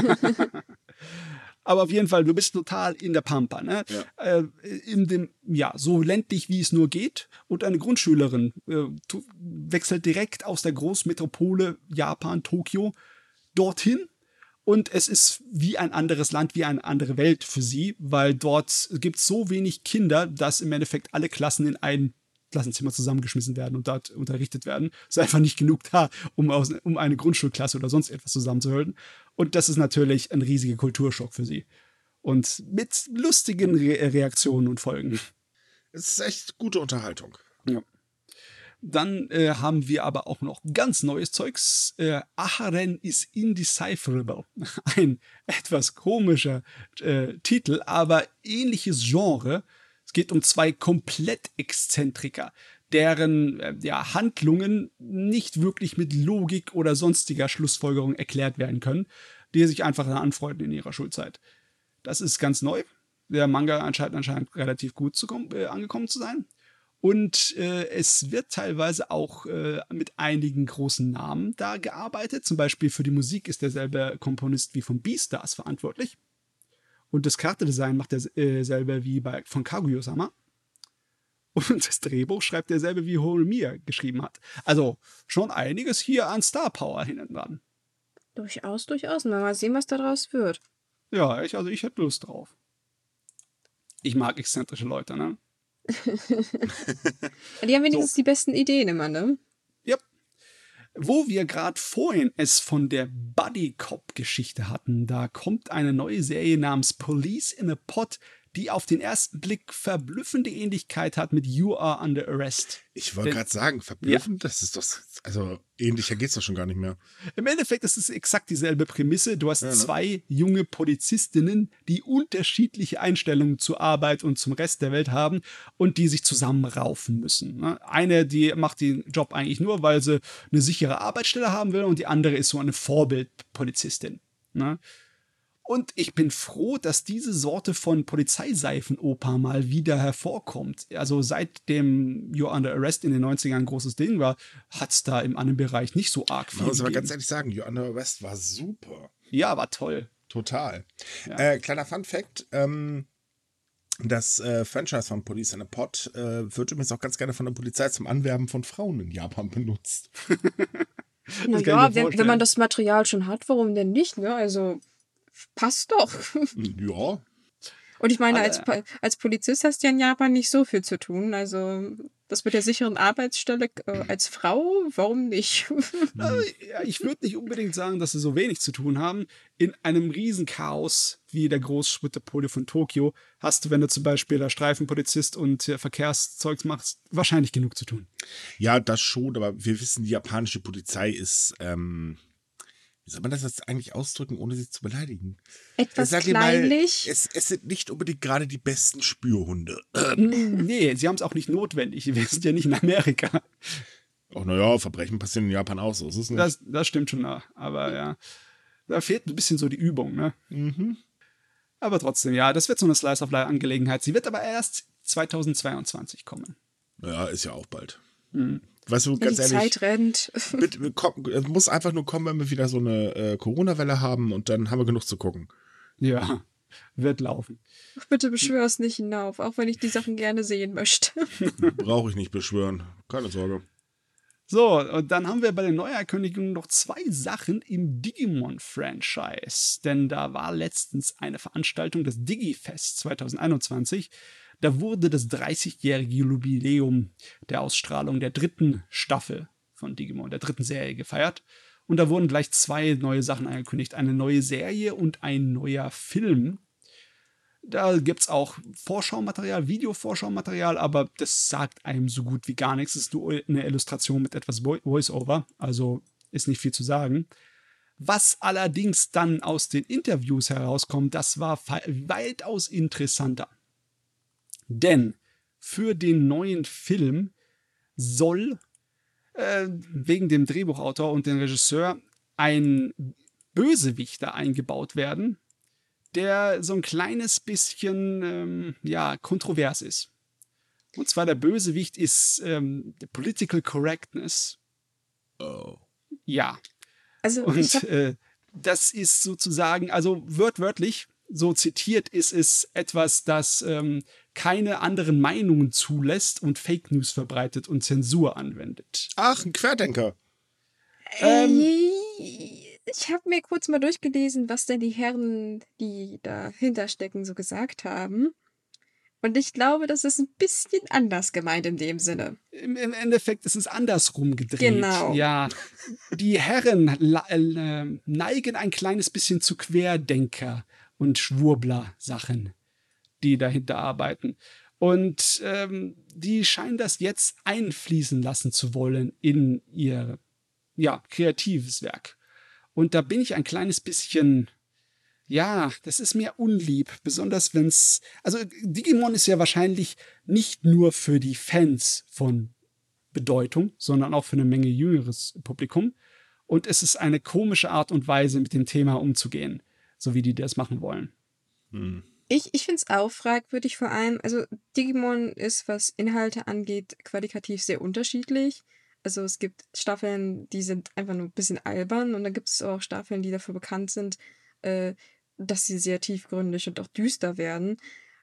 A: Aber auf jeden Fall, du bist total in der Pampa, ne?
B: Ja.
A: Äh, in dem, ja, so ländlich wie es nur geht. Und eine Grundschülerin äh, tu- wechselt direkt aus der Großmetropole Japan, Tokio, dorthin. Und es ist wie ein anderes Land, wie eine andere Welt für sie, weil dort gibt es so wenig Kinder, dass im Endeffekt alle Klassen in ein Klassenzimmer zusammengeschmissen werden und dort unterrichtet werden. Es ist einfach nicht genug da, um, aus, um eine Grundschulklasse oder sonst etwas zusammenzuhalten. Und das ist natürlich ein riesiger Kulturschock für sie. Und mit lustigen Re Reaktionen und Folgen.
B: Es ist echt gute Unterhaltung.
A: Ja. Dann äh, haben wir aber auch noch ganz neues Zeugs. Äh, Aharen is Indecipherable. Ein etwas komischer äh, Titel, aber ähnliches Genre. Es geht um zwei Komplett-Exzentriker, deren äh, ja, Handlungen nicht wirklich mit Logik oder sonstiger Schlussfolgerung erklärt werden können, die sich einfach anfreunden in ihrer Schulzeit. Das ist ganz neu. Der Manga anscheinend, anscheinend relativ gut zu kommen, äh, angekommen zu sein. Und äh, es wird teilweise auch äh, mit einigen großen Namen da gearbeitet. Zum Beispiel für die Musik ist derselbe Komponist wie von Beastars verantwortlich. Und das Charakterdesign macht derselbe wie bei von Kaguya-sama. Und das Drehbuch schreibt derselbe wie Horimiya geschrieben hat. Also schon einiges hier an Star Power hinten dran.
C: Durchaus, durchaus. Mal sehen, was daraus wird.
A: Ja, ich, also ich hätte Lust drauf. Ich mag exzentrische Leute, ne?
C: Die haben
A: So,
C: wenigstens die besten Ideen immer, ne?
A: ja. Wo wir gerade vorhin es von der Buddy-Cop-Geschichte hatten, da kommt eine neue Serie namens Police in a Pod, die auf den ersten Blick verblüffende Ähnlichkeit hat mit You Are Under Arrest.
B: Ich wollte
A: Denn,
B: gerade sagen,
A: ja,
B: verblüffend, das ist doch, also ähnlicher geht's doch schon gar nicht mehr.
A: im Endeffekt ist es exakt dieselbe Prämisse. Du hast
B: Ja, ne?
A: zwei junge Polizistinnen, die unterschiedliche Einstellungen zur Arbeit und zum Rest der Welt haben und die sich zusammenraufen müssen. Ne? Eine, die macht den Job eigentlich nur, weil sie eine sichere Arbeitsstelle haben will, und die andere ist so eine Vorbildpolizistin. Ne? Und ich bin froh, dass diese Sorte von Polizeiseifenoper mal wieder hervorkommt. Also seit dem You're Under Arrest in den neunzigern ein großes Ding war, hat es da im anderen Bereich nicht so arg
B: Man
A: viel
B: muss aber ganz
A: gegeben.
B: ehrlich sagen, You Under Arrest war super.
A: Ja, war toll.
B: Total.
A: Ja.
B: Äh, kleiner Fun-Fact, ähm, das äh, Franchise von Police in a Pod äh, wird übrigens auch ganz gerne von der Polizei zum Anwerben von Frauen in Japan benutzt.
A: Das kann ich mir
C: Naja, wenn, wenn man
A: vorstellen.
C: das Material schon hat, warum denn nicht, ne? Also, passt doch.
B: Ja,
C: Und ich meine, als,
A: Alle,
C: Po- als Polizist hast du ja in Japan nicht so viel zu tun. Also, das mit der sicheren Arbeitsstelle äh, als Frau, warum nicht?
A: äh, ja, ich würde nicht unbedingt sagen, dass sie so wenig zu tun haben. In einem Riesenchaos wie der Großmetropole von Tokio hast du, wenn du zum Beispiel da Streifenpolizist und äh, Verkehrszeugs machst, wahrscheinlich genug zu tun.
B: ja, das schon, aber wir wissen, die japanische Polizei ist, ähm, wie soll man das jetzt eigentlich ausdrücken, ohne sie zu beleidigen? Ich
C: Etwas
B: sag dir mal,
C: kleinlich.
B: es, es sind nicht unbedingt gerade die besten Spürhunde.
A: Mm, Nee, sie haben es auch nicht notwendig. Wir sind ja nicht in Amerika.
B: Ach naja, Verbrechen passieren in Japan auch so, ist es nicht?
A: Das, das stimmt schon, ja. Aber ja, da fehlt ein bisschen so die Übung, ne?
B: Mhm.
A: Aber trotzdem, ja, das wird so eine Slice-of-Life-Angelegenheit. Sie wird aber erst zweitausendzweiundzwanzig kommen.
B: Naja, ist ja auch bald.
A: Mhm.
B: Weißt du,
C: Ja, die
B: ganz ehrlich,
C: Zeit rennt.
B: bitte, komm, es muss einfach nur kommen, wenn wir wieder so eine äh, Corona-Welle haben und dann haben wir genug zu gucken.
A: Ja, wird laufen.
C: Bitte beschwör's nicht hinauf, auch wenn ich die Sachen gerne sehen möchte.
B: Brauche ich nicht beschwören. Keine Sorge.
A: So, und dann haben wir bei den Neuerkündigungen noch zwei Sachen im Digimon-Franchise. Denn da war letztens eine Veranstaltung, das Digifest zweitausendeinundzwanzig. Da wurde das dreißigjährige Jubiläum der Ausstrahlung der dritten Staffel von Digimon, der dritten Serie, gefeiert. Und da wurden gleich zwei neue Sachen angekündigt. Eine neue Serie und ein neuer Film. Da gibt es auch Vorschaumaterial, Video-Vorschaumaterial, aber das sagt einem so gut wie gar nichts. Es ist nur eine Illustration mit etwas Voice-Over, also ist nicht viel zu sagen. Was allerdings dann aus den Interviews herauskommt, das war weitaus interessanter. Denn für den neuen Film soll äh, wegen dem Drehbuchautor und dem Regisseur ein Bösewichter eingebaut werden, der so ein kleines bisschen ähm, ja, kontrovers ist. Und zwar der Bösewicht ist ähm, Political Correctness.
B: Oh.
A: Ja.
C: Also, ich
A: Und
C: hab,
A: äh, das ist sozusagen, also wörtwörtlich, so zitiert ist es etwas, das ähm, keine anderen Meinungen zulässt und Fake News verbreitet und Zensur anwendet.
B: Ach, ein Querdenker.
A: Ähm,
C: ich habe mir kurz mal durchgelesen, was denn die Herren, die dahinter stecken, so gesagt haben. Und ich glaube, das ist ein bisschen anders gemeint in dem Sinne.
A: Im, Im Endeffekt ist es andersrum gedreht.
C: Genau.
A: Ja, die Herren äh, neigen ein kleines bisschen zu Querdenker und Schwurbler-Sachen, die dahinter arbeiten. Und ähm, die scheinen das jetzt einfließen lassen zu wollen in ihr ja, kreatives Werk. Und da bin ich ein kleines bisschen, ja, das ist mir unlieb, besonders wenn es, also Digimon ist ja wahrscheinlich nicht nur für die Fans von Bedeutung, sondern auch für eine Menge jüngeres Publikum. Und es ist eine komische Art und Weise, mit dem Thema umzugehen, so wie die das machen wollen.
B: Hm.
C: Ich, ich finde es auch fragwürdig, vor allem, also Digimon ist, was Inhalte angeht, qualitativ sehr unterschiedlich. Also es gibt Staffeln, die sind einfach nur ein bisschen albern, und dann gibt es auch Staffeln, die dafür bekannt sind, äh, dass sie sehr tiefgründig und auch düster werden.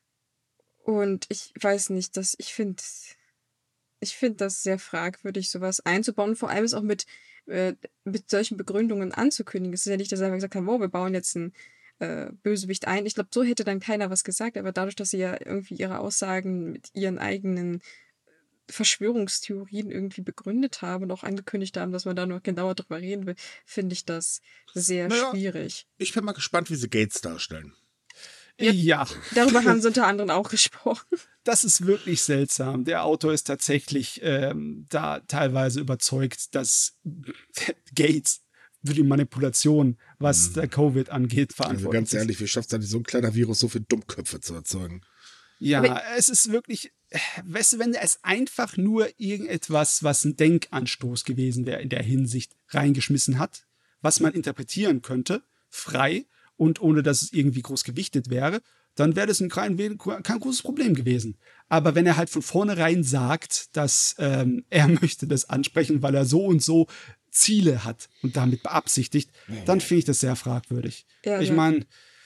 C: Und ich weiß nicht, dass ich finde, ich finde das sehr fragwürdig, sowas einzubauen. Vor allem ist auch mit, äh, mit solchen Begründungen anzukündigen. Es ist ja nicht, dass sie einfach gesagt haben, wow, wir bauen jetzt ein äh, Bösewicht ein. Ich glaube, so hätte dann keiner was gesagt, aber dadurch, dass sie ja irgendwie ihre Aussagen mit ihren eigenen Verschwörungstheorien irgendwie begründet haben und auch angekündigt haben, dass man da noch genauer drüber reden will, finde ich das sehr
B: Naja,
C: schwierig.
B: ich bin mal gespannt, wie sie Gates darstellen.
C: Ja,
A: Ja,
C: Darüber haben sie unter anderem auch gesprochen.
A: das ist wirklich seltsam. Der Autor ist tatsächlich ähm, da teilweise überzeugt, dass Gates für die Manipulation, was der Covid angeht,
B: Also
A: verantwortlich
B: ganz
A: ist.
B: ehrlich, wie schafft es denn so ein kleiner Virus, so viele Dummköpfe zu erzeugen?
A: Ja,
C: Aber-
A: es ist wirklich, äh, weißt du, wenn es einfach nur irgendetwas, was ein Denkanstoß gewesen wäre, in der Hinsicht reingeschmissen hat, was man interpretieren könnte, frei und ohne dass es irgendwie groß gewichtet wäre, dann wäre das ein kein, kein großes Problem gewesen. Aber wenn er halt von vornherein sagt, dass ähm, er möchte das ansprechen, weil er so und so Ziele hat und damit beabsichtigt, dann finde ich das sehr fragwürdig.
C: Ja,
A: ich
C: ja.
A: meine,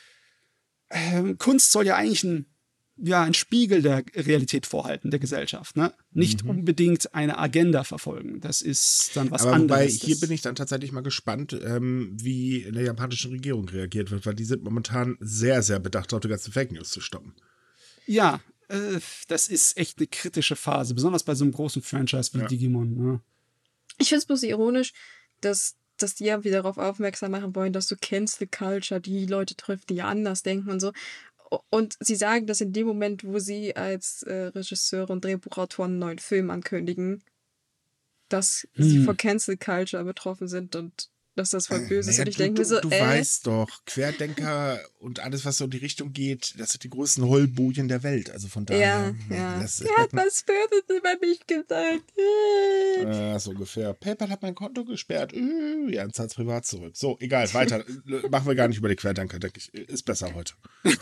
A: ähm, Kunst soll ja eigentlich ein, ja, ein Spiegel der Realität vorhalten, der Gesellschaft. Ne? Nicht unbedingt eine Agenda verfolgen. Das ist dann was
B: Aber wobei,
A: anderes.
B: hier
A: Das-
B: bin ich dann tatsächlich mal gespannt, ähm, wie in der japanischen Regierung reagiert wird, weil die sind momentan sehr, sehr bedacht, darauf die ganzen Fake News zu stoppen.
A: Ja, äh, das ist echt eine kritische Phase, besonders bei so einem großen Franchise wie
B: Ja.
A: Digimon. Ne?
C: Ich finde es bloß ironisch, dass, dass die ja wieder darauf aufmerksam machen wollen, dass so Cancel Culture die Leute trifft, die ja anders denken und so. O- Und sie sagen das in dem Moment, wo sie als äh, Regisseure und Drehbuchautoren einen neuen Film ankündigen, dass sie
A: Hm.
C: von Cancel Culture betroffen sind und dass das voll böse ist.
B: Naja,
C: Und ich
B: du,
C: denke mir so,
B: du, du
C: äh,
B: weißt doch, Querdenker und alles, was so in die Richtung geht, das sind die größten Heulbujen der Welt. Also von daher.
C: ja, ja.
B: Das,
C: Er hat was Böses über mich gesagt. Äh.
B: äh, so ungefähr. PayPal hat mein Konto gesperrt. Äh, ja, dann zahlt's privat zurück. So, egal, weiter. Machen wir gar nicht über die Querdenker, denke ich. Ist besser heute.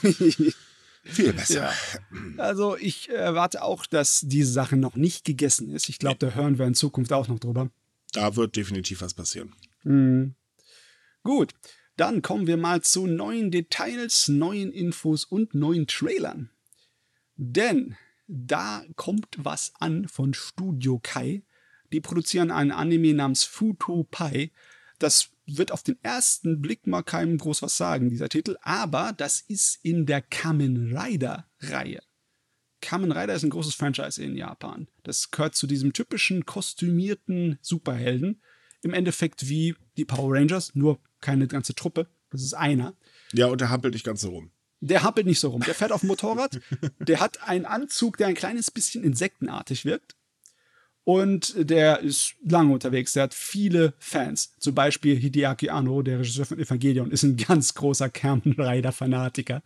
B: Viel besser.
A: Ja. Also ich erwarte auch, dass diese Sache noch nicht gegessen ist. Ich glaube, da hören wir in Zukunft auch noch drüber.
B: Da wird definitiv was passieren.
A: Mhm. Gut, dann kommen wir mal zu neuen Details, neuen Infos und neuen Trailern. Denn da kommt was an von Studio Kai. Die produzieren einen Anime namens Futo Pai. Das wird auf den ersten Blick mal keinem groß was sagen, dieser Titel, aber das ist in der Kamen Rider-Reihe. Kamen Rider ist ein großes Franchise in Japan. Das gehört zu diesem typischen kostümierten Superhelden. Im Endeffekt wie die Power Rangers, nur keine ganze Truppe. Das ist einer.
B: Ja, und der hampelt nicht ganz so rum.
A: Der hampelt nicht so rum. Der fährt auf dem Motorrad. Der hat einen Anzug, der ein kleines bisschen insektenartig wirkt. Und der ist lange unterwegs. Der hat viele Fans. Zum Beispiel Hideaki Anno, der Regisseur von Evangelion, ist ein ganz großer Kamen Rider-Fanatiker.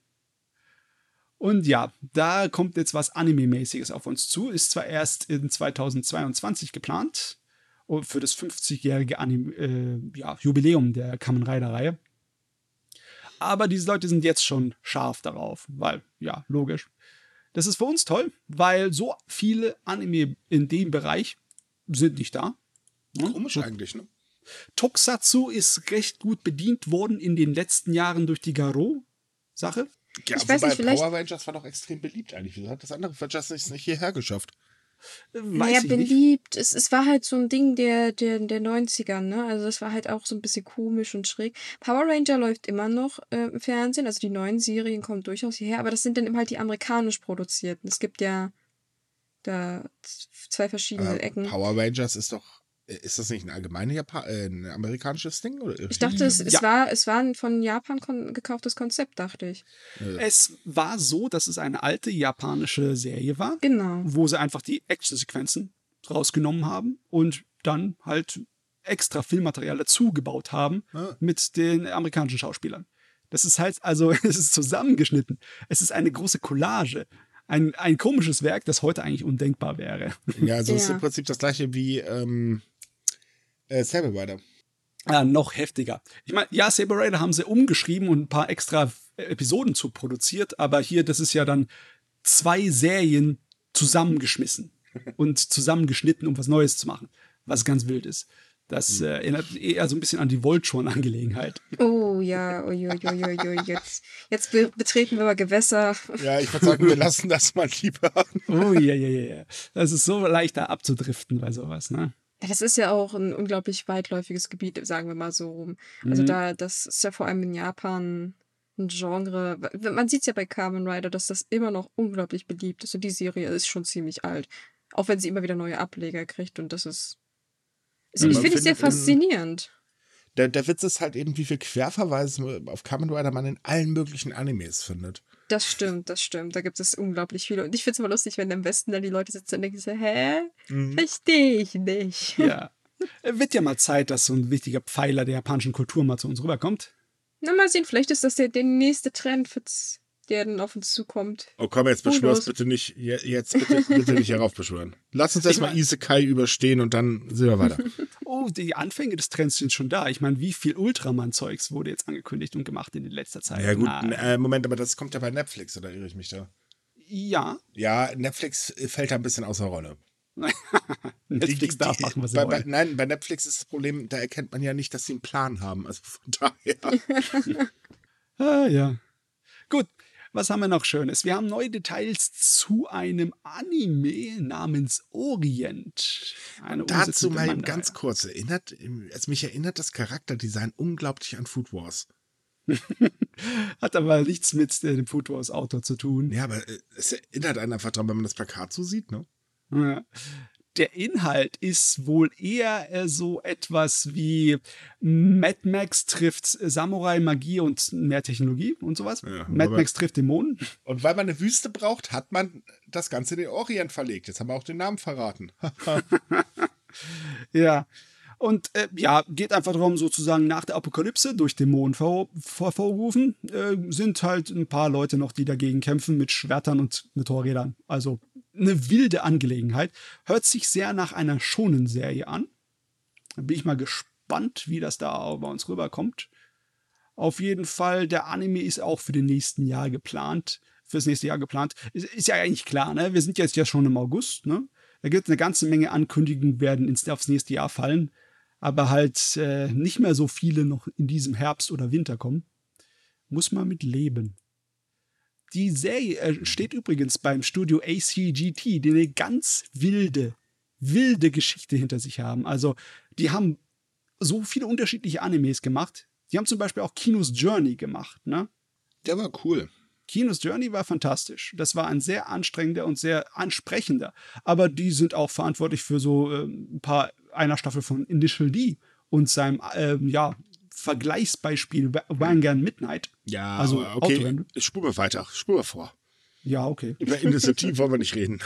A: Und ja, da kommt jetzt was Anime-mäßiges auf uns zu. Ist zwar erst in zweitausendzweiundzwanzig geplant, für das fünfzigjährige Anime, äh, ja, Jubiläum der Kamen Rider-Reihe. Aber diese Leute sind jetzt schon scharf darauf, weil, ja, logisch. Das ist für uns toll, weil so viele Anime in dem Bereich sind nicht da. Ja,
B: Komisch
A: so.
B: eigentlich, ne?
A: Tokusatsu ist recht gut bedient worden in den letzten Jahren durch die Garo-Sache.
B: Ja,
C: Ich weiß
B: wobei
C: nicht, vielleicht-
B: Power Rangers war doch extrem beliebt eigentlich. Wieso hat das andere Franchise nicht nicht hierher geschafft?
A: Äh, Weiß
C: Naja,
A: ich nicht.
C: beliebt. Es, es war halt so ein Ding der, der, der neunziger, ne? Also das war halt auch so ein bisschen komisch und schräg. Power Ranger läuft immer noch äh, im Fernsehen, also die neuen Serien kommen durchaus hierher, aber das sind dann eben halt die amerikanisch produzierten. Es gibt ja da z- zwei verschiedene
B: Äh,
C: Ecken.
B: Power Rangers ist doch, äh, ist das nicht ein allgemein Japa äh, ein amerikanisches Ding? Oder irre
C: Ich dachte, es, es,
A: Ja.
C: war, es war ein von Japan kon gekauftes Konzept, dachte ich.
A: Es war so, dass es eine alte japanische Serie war,
C: Genau.
A: wo sie einfach die Actionsequenzen rausgenommen haben und dann halt extra Filmmaterial dazu gebaut haben
B: Ah.
A: mit den amerikanischen Schauspielern. Das ist halt, also es ist zusammengeschnitten. Es ist eine große Collage. Ein, ein komisches Werk, das heute eigentlich undenkbar wäre.
B: Ja, also es ist
C: Ja.
B: im Prinzip das gleiche wie ähm, äh, Saber Rider.
A: Ja, noch heftiger. Ich meine, ja, Saber Rider haben sie umgeschrieben und ein paar extra Episoden zu produziert, aber hier, das ist ja dann zwei Serien zusammengeschmissen und zusammengeschnitten, um was Neues zu machen, was ganz wild ist. Das äh, erinnert eher so ein bisschen an die Voltron-Angelegenheit.
C: Oh ja, uiuiuiui, jetzt, jetzt be betreten wir aber Gewässer.
B: Ja, ich würde sagen, wir lassen das mal lieber.
A: Oh ja, ja, ja, ja. Das ist so leicht da abzudriften bei sowas, ne?
C: Ja, das ist ja auch ein unglaublich weitläufiges Gebiet, sagen wir mal so rum. Also
A: Mhm.
C: da, das ist ja vor allem in Japan ein Genre. w- Man sieht es ja bei Kamen Rider, dass das immer noch unglaublich beliebt ist. Und die Serie ist schon ziemlich alt. Auch wenn sie immer wieder neue Ableger kriegt. Und das ist. ist
B: Ja,
C: ich
B: man
C: finde es sehr
B: findet in,
C: faszinierend.
B: der, der Witz ist halt eben, wie viel Querverweise auf Kamen Rider man in allen möglichen Animes findet.
C: Das stimmt, das stimmt. Da gibt es unglaublich viele. Und ich finde es immer lustig, wenn im Westen dann die Leute sitzen und denken so, hä?
B: Mhm.
C: Verstehe ich nicht.
A: Ja. Äh, Wird ja mal Zeit, dass so ein wichtiger Pfeiler der japanischen Kultur mal zu uns rüberkommt.
C: Na, mal sehen, vielleicht ist das der, der nächste Trend, für z- der dann auf uns zukommt.
B: Oh komm, jetzt
C: Who
B: beschwör's
C: knows?
B: bitte nicht, je- jetzt bitte, bitte nicht heraufbeschwören. Lass uns
A: Ich
B: erstmal
A: mein-
B: Isekai überstehen und dann sehen wir weiter.
A: Oh, die Anfänge des Trends sind schon da. Ich meine, wie viel Ultraman-Zeugs wurde jetzt angekündigt und gemacht in letzter Zeit?
B: Ja gut,
A: Nein.
B: äh, Moment, aber das kommt ja bei Netflix, oder irre ich mich da?
A: Ja,
B: Ja, Netflix fällt da ein bisschen außer Rolle.
A: Netflix
B: Die- die-
A: darf
B: die-
A: machen, was sie
B: bei, bei,
A: wollen.
B: Nein, bei Netflix ist das Problem, da erkennt man ja nicht, dass sie einen Plan haben. Also von daher.
A: Ah, ja. Gut, was haben wir noch Schönes? Wir haben neue Details zu einem Anime namens Orient. Eine
B: Dazu
A: Umsetzung der
B: mal eben
A: Manga.
B: ganz kurz erinnert, also mich erinnert das Charakterdesign unglaublich an Food Wars.
A: Hat aber nichts mit äh, dem Food Wars Autor zu tun.
B: Ja, aber äh, es erinnert einen einfach dran, wenn man das Plakat so sieht, ne?
A: Ja. Der Inhalt ist wohl eher äh, so etwas wie Mad Max trifft Samurai, Magie und mehr Technologie und sowas.
B: Ja,
A: Mad
B: aber-
A: Max trifft Dämonen.
B: Und weil man eine Wüste braucht, hat man das Ganze in den Orient verlegt. Jetzt haben wir auch den Namen verraten.
A: Ja. Und äh, ja, geht einfach darum, sozusagen nach der Apokalypse durch Dämonen vor- hervorgerufen, äh, sind halt ein paar Leute noch, die dagegen kämpfen mit Schwertern und Motorrädern. Also eine wilde Angelegenheit. Hört sich sehr nach einer Shonen-Serie an. Da bin ich mal gespannt, wie das da bei uns rüberkommt. Auf jeden Fall, der Anime ist auch für den nächsten Jahr geplant. Fürs nächste Jahr geplant. Ist, ist ja eigentlich klar, ne? Wir sind jetzt ja schon im August, ne? Da gibt es eine ganze Menge Ankündigungen, werden ins, aufs nächste Jahr fallen. Aber halt äh, nicht mehr so viele noch in diesem Herbst oder Winter kommen. Muss man mit leben. Die Serie äh, steht übrigens beim Studio A C G T, die eine ganz wilde, wilde Geschichte hinter sich haben. Also, die haben so viele unterschiedliche Animes gemacht. Die haben zum Beispiel auch Kinos Journey gemacht, ne?
B: Der war cool.
A: Kinos Journey war fantastisch. Das war ein sehr anstrengender und sehr ansprechender. Aber die sind auch verantwortlich für so äh, ein paar, einer Staffel von Initial D und seinem, ähm, ja, Vergleichsbeispiel Wa- Wangan Midnight.
B: Ja,
A: Also,
B: aber okay,
A: Autorennen.
B: spur mal weiter, spur mal vor.
A: Ja, okay.
B: Über Initiative wollen wir nicht reden.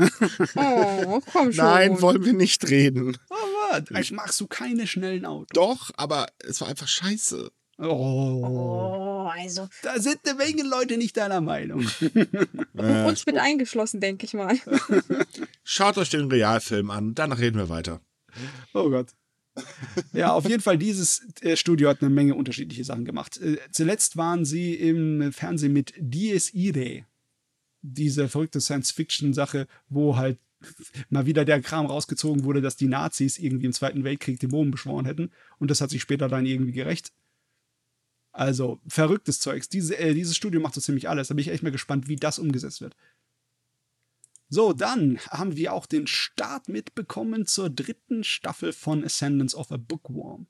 C: Oh, komm schon.
B: Nein, wollen wir nicht reden.
A: Aber also machst du keine schnellen Autos.
B: Doch, aber es war einfach scheiße.
A: Oh,
C: Oh, also.
A: da sind eine Menge Leute nicht deiner Meinung.
B: Äh,
C: Uns mit eingeschlossen, denke ich mal.
B: Schaut euch den Realfilm an, danach reden wir weiter.
A: Oh Gott. Ja, auf jeden Fall, dieses äh, Studio hat eine Menge unterschiedliche Sachen gemacht. Äh, zuletzt waren sie im Fernsehen mit Dies Irae. Diese verrückte Science-Fiction-Sache, wo halt mal wieder der Kram rausgezogen wurde, dass die Nazis irgendwie im Zweiten Weltkrieg Dämonen beschworen hätten. Und das hat sich später dann irgendwie gerecht. Also, verrücktes Zeugs. Diese, äh, dieses Studio macht so ziemlich alles. Da bin ich echt mal gespannt, wie das umgesetzt wird. So, dann haben wir auch den Start mitbekommen zur dritten Staffel von Ascendance of a Bookworm.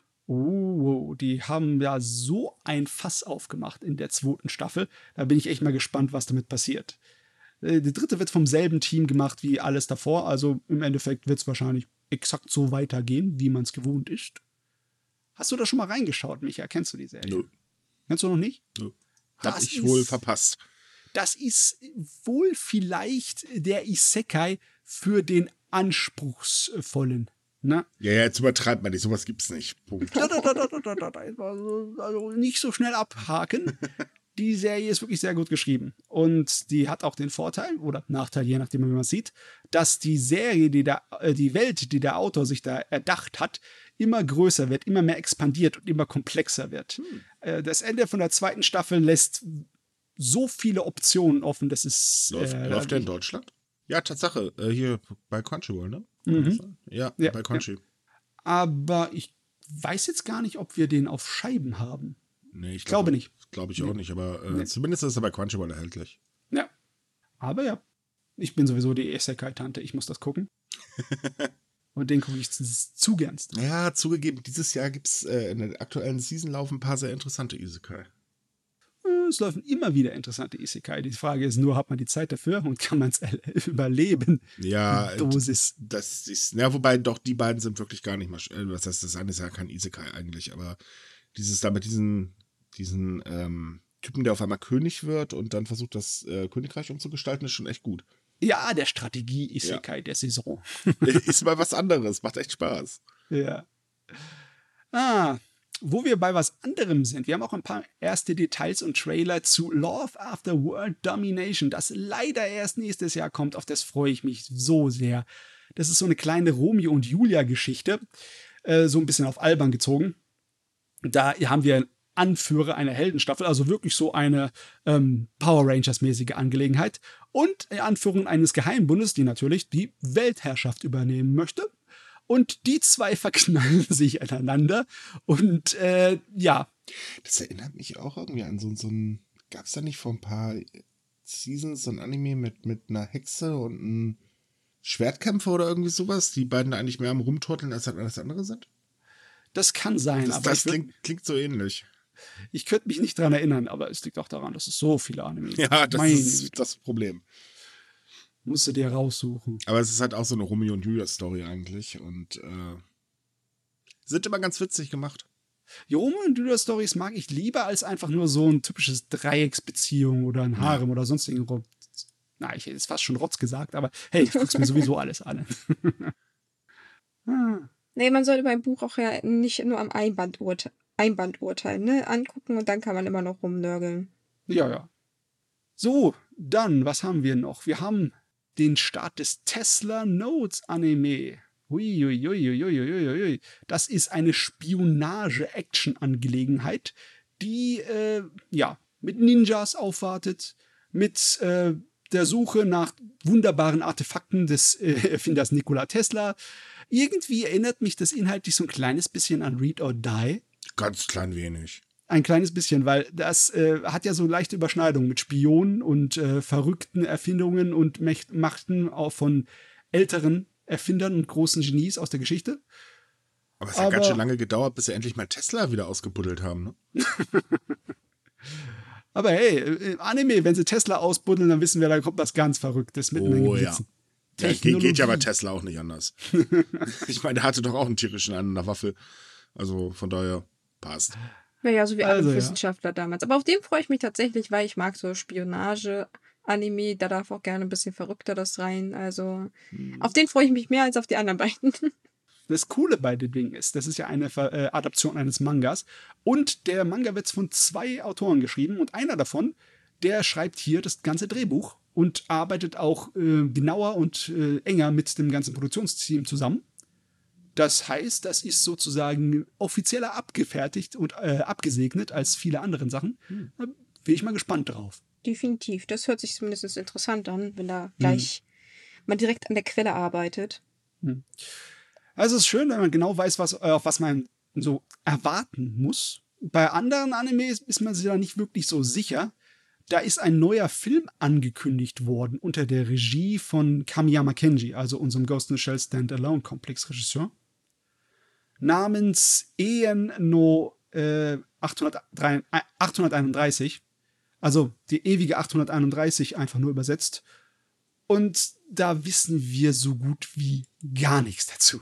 A: Oh, die haben ja so ein Fass aufgemacht in der zweiten Staffel. Da bin ich echt mal gespannt, was damit passiert. Äh, Die dritte wird vom selben Team gemacht wie alles davor. Also im Endeffekt wird es wahrscheinlich exakt so weitergehen, wie man es gewohnt ist. Hast du da schon mal reingeschaut, Micha? Kennst du die Serie?
B: Nö.
A: Kennst du noch nicht?
B: Nö. Hab
A: Das
B: ich
A: ist-
B: wohl verpasst.
A: Das ist wohl vielleicht der Isekai für den Anspruchsvollen. Ne?
B: Ja, ja, jetzt übertreibt man nicht, sowas gibt's nicht. Punkt.
A: Da, da, da, da, da, da, da. Also, also nicht so schnell abhaken. Die Serie ist wirklich sehr gut geschrieben. Und die hat auch den Vorteil oder Nachteil, je nachdem, wie man es sieht, dass die Serie, die, der, äh, die Welt, die der Autor sich da erdacht hat, immer größer wird, immer mehr expandiert und immer komplexer wird. Äh, das Ende von der zweiten Staffel lässt so viele Optionen offen, das ist.
B: Läuft,
A: äh,
B: läuft der in Deutschland? Ja, Tatsache. Äh, hier bei Crunchyroll, ne?
A: Mhm.
B: Ja,
A: Ja,
B: bei Crunchy.
A: Aber ich weiß jetzt gar nicht, ob wir den auf Scheiben haben.
B: Nee, ich
A: Glaube nicht.
B: Glaube ich auch nicht, aber äh,
A: Nee.
B: zumindest ist er bei Crunchyroll erhältlich.
A: Ja. Aber ja. Ich bin sowieso die Isekai-Tante. Ich muss das gucken. Und den gucke ich zu, zu gernst.
B: Ja, zugegeben, dieses Jahr gibt es äh, in der aktuellen Season laufen ein paar sehr interessante Isekai.
A: Es laufen immer wieder interessante Isekai. Die Frage ist nur, hat man die Zeit dafür und kann man es überleben?
B: Ja,
A: Die Dosis.
B: das ist, ja, wobei doch, die beiden sind wirklich gar nicht mal, was heißt, das eine ist ja kein Isekai eigentlich, aber dieses da mit diesen, diesen ähm, Typen, der auf einmal König wird und dann versucht, das äh, Königreich umzugestalten, ist schon echt gut.
A: Ja, der Strategie-Isekai
B: Ja.
A: der Saison.
B: Ist mal was anderes, macht echt Spaß.
A: Ja. Ah, wo wir bei was anderem sind. Wir haben auch ein paar erste Details und Trailer zu Love After World Domination, das leider erst nächstes Jahr kommt. Auf das freue ich mich so sehr. Das ist so eine kleine Romeo und Julia-Geschichte, äh, so ein bisschen auf albern gezogen. Da haben wir Anführer einer Heldenstaffel, also wirklich so eine ähm, Power Rangers-mäßige Angelegenheit. Und in Anführung eines Geheimbundes, die natürlich die Weltherrschaft übernehmen möchte. Und die zwei verknallen sich aneinander. Und äh, ja.
B: Das erinnert mich auch irgendwie an so, so ein. Gab es da nicht vor ein paar Seasons so ein Anime mit, mit einer Hexe und einem Schwertkämpfer oder irgendwie sowas? Die beiden eigentlich mehr am Rumturteln als alles andere sind?
A: Das kann sein.
B: Das,
A: aber
B: das
A: ich, würd,
B: klingt, klingt so ähnlich.
A: Ich könnte mich nicht dran erinnern, aber es liegt auch daran, dass es so viele Anime gibt.
B: Ja, das
A: Meine
B: ist
A: Güte.
B: das Problem.
A: Musst du dir raussuchen.
B: Aber es ist halt auch so eine Romeo und Julia-Story eigentlich und äh, sind immer ganz witzig gemacht.
A: Die Romeo und Julia Stories mag ich lieber als einfach nur so ein typisches Dreiecksbeziehung oder ein Harem ja. oder sonstigen Rotz. Na, ich hätte jetzt fast schon Rotz gesagt, aber hey, ich guck's mir sowieso alles an.
C: ah. Nee, man sollte beim Buch auch ja nicht nur am Einband, urte- Einband urteilen, ne? Angucken und dann kann man immer noch rumnörgeln.
A: Ja, ja. So, dann, was haben wir noch? Wir haben den Start des Tesla Notes Anime. Uiuiuiuiuiui. Das ist eine Spionage-Action-Angelegenheit, die äh, ja mit Ninjas aufwartet, mit äh, der Suche nach wunderbaren Artefakten des äh, Erfinders Nikola Tesla. Irgendwie erinnert mich das inhaltlich so ein kleines bisschen an Read or Die.
B: Ganz klein wenig.
A: Ein kleines bisschen, weil das äh, hat ja so leichte Überschneidungen mit Spionen und äh, verrückten Erfindungen und Mächt- Machten auch von älteren Erfindern und großen Genies aus der Geschichte.
B: Aber es hat
A: Aber,
B: ganz schön lange gedauert, bis sie endlich mal Tesla wieder ausgebuddelt haben, ne?
A: Aber hey, im Anime, wenn sie Tesla ausbuddeln, dann wissen wir, da kommt was ganz Verrücktes mit
B: Oh,
A: Menge
B: ja.
A: Blitzen.
B: Ja, geht, geht ja bei Tesla auch nicht anders. Ich meine, der hatte doch auch einen tierischen an einer Waffe. Also von daher passt.
C: Naja, so wie alle
A: Also, ja.
C: Wissenschaftler damals. Aber auf den freue ich mich tatsächlich, weil ich mag so Spionage-Anime. Da darf auch gerne ein bisschen verrückter das rein. Also
A: Hm.
C: auf den freue ich mich mehr als auf die anderen beiden.
A: Das Coole bei dem Ding ist, das ist ja eine Ver- äh, Adaption eines Mangas. Und der Manga wird von zwei Autoren geschrieben. Und einer davon, der schreibt hier das ganze Drehbuch und arbeitet auch äh, genauer und äh, enger mit dem ganzen Produktionsteam zusammen. Das heißt, das ist sozusagen offizieller abgefertigt und äh, abgesegnet als viele andere Sachen.
B: Hm.
A: Da bin ich mal gespannt drauf.
C: Definitiv. Das hört sich zumindest interessant an, wenn da gleich hm. man direkt an der Quelle arbeitet.
A: Hm. Also es ist schön, wenn man genau weiß, was, auf was man so erwarten muss. Bei anderen Animes ist man sich da nicht wirklich so sicher. Da ist ein neuer Film angekündigt worden unter der Regie von Kamiyama Kenji, also unserem Ghost in the Shell Standalone-Komplex-Regisseur, namens Ehen no äh, achthunderteinunddreißig, also die ewige achthunderteinunddreißig einfach nur übersetzt. Und da wissen wir so gut wie gar nichts dazu.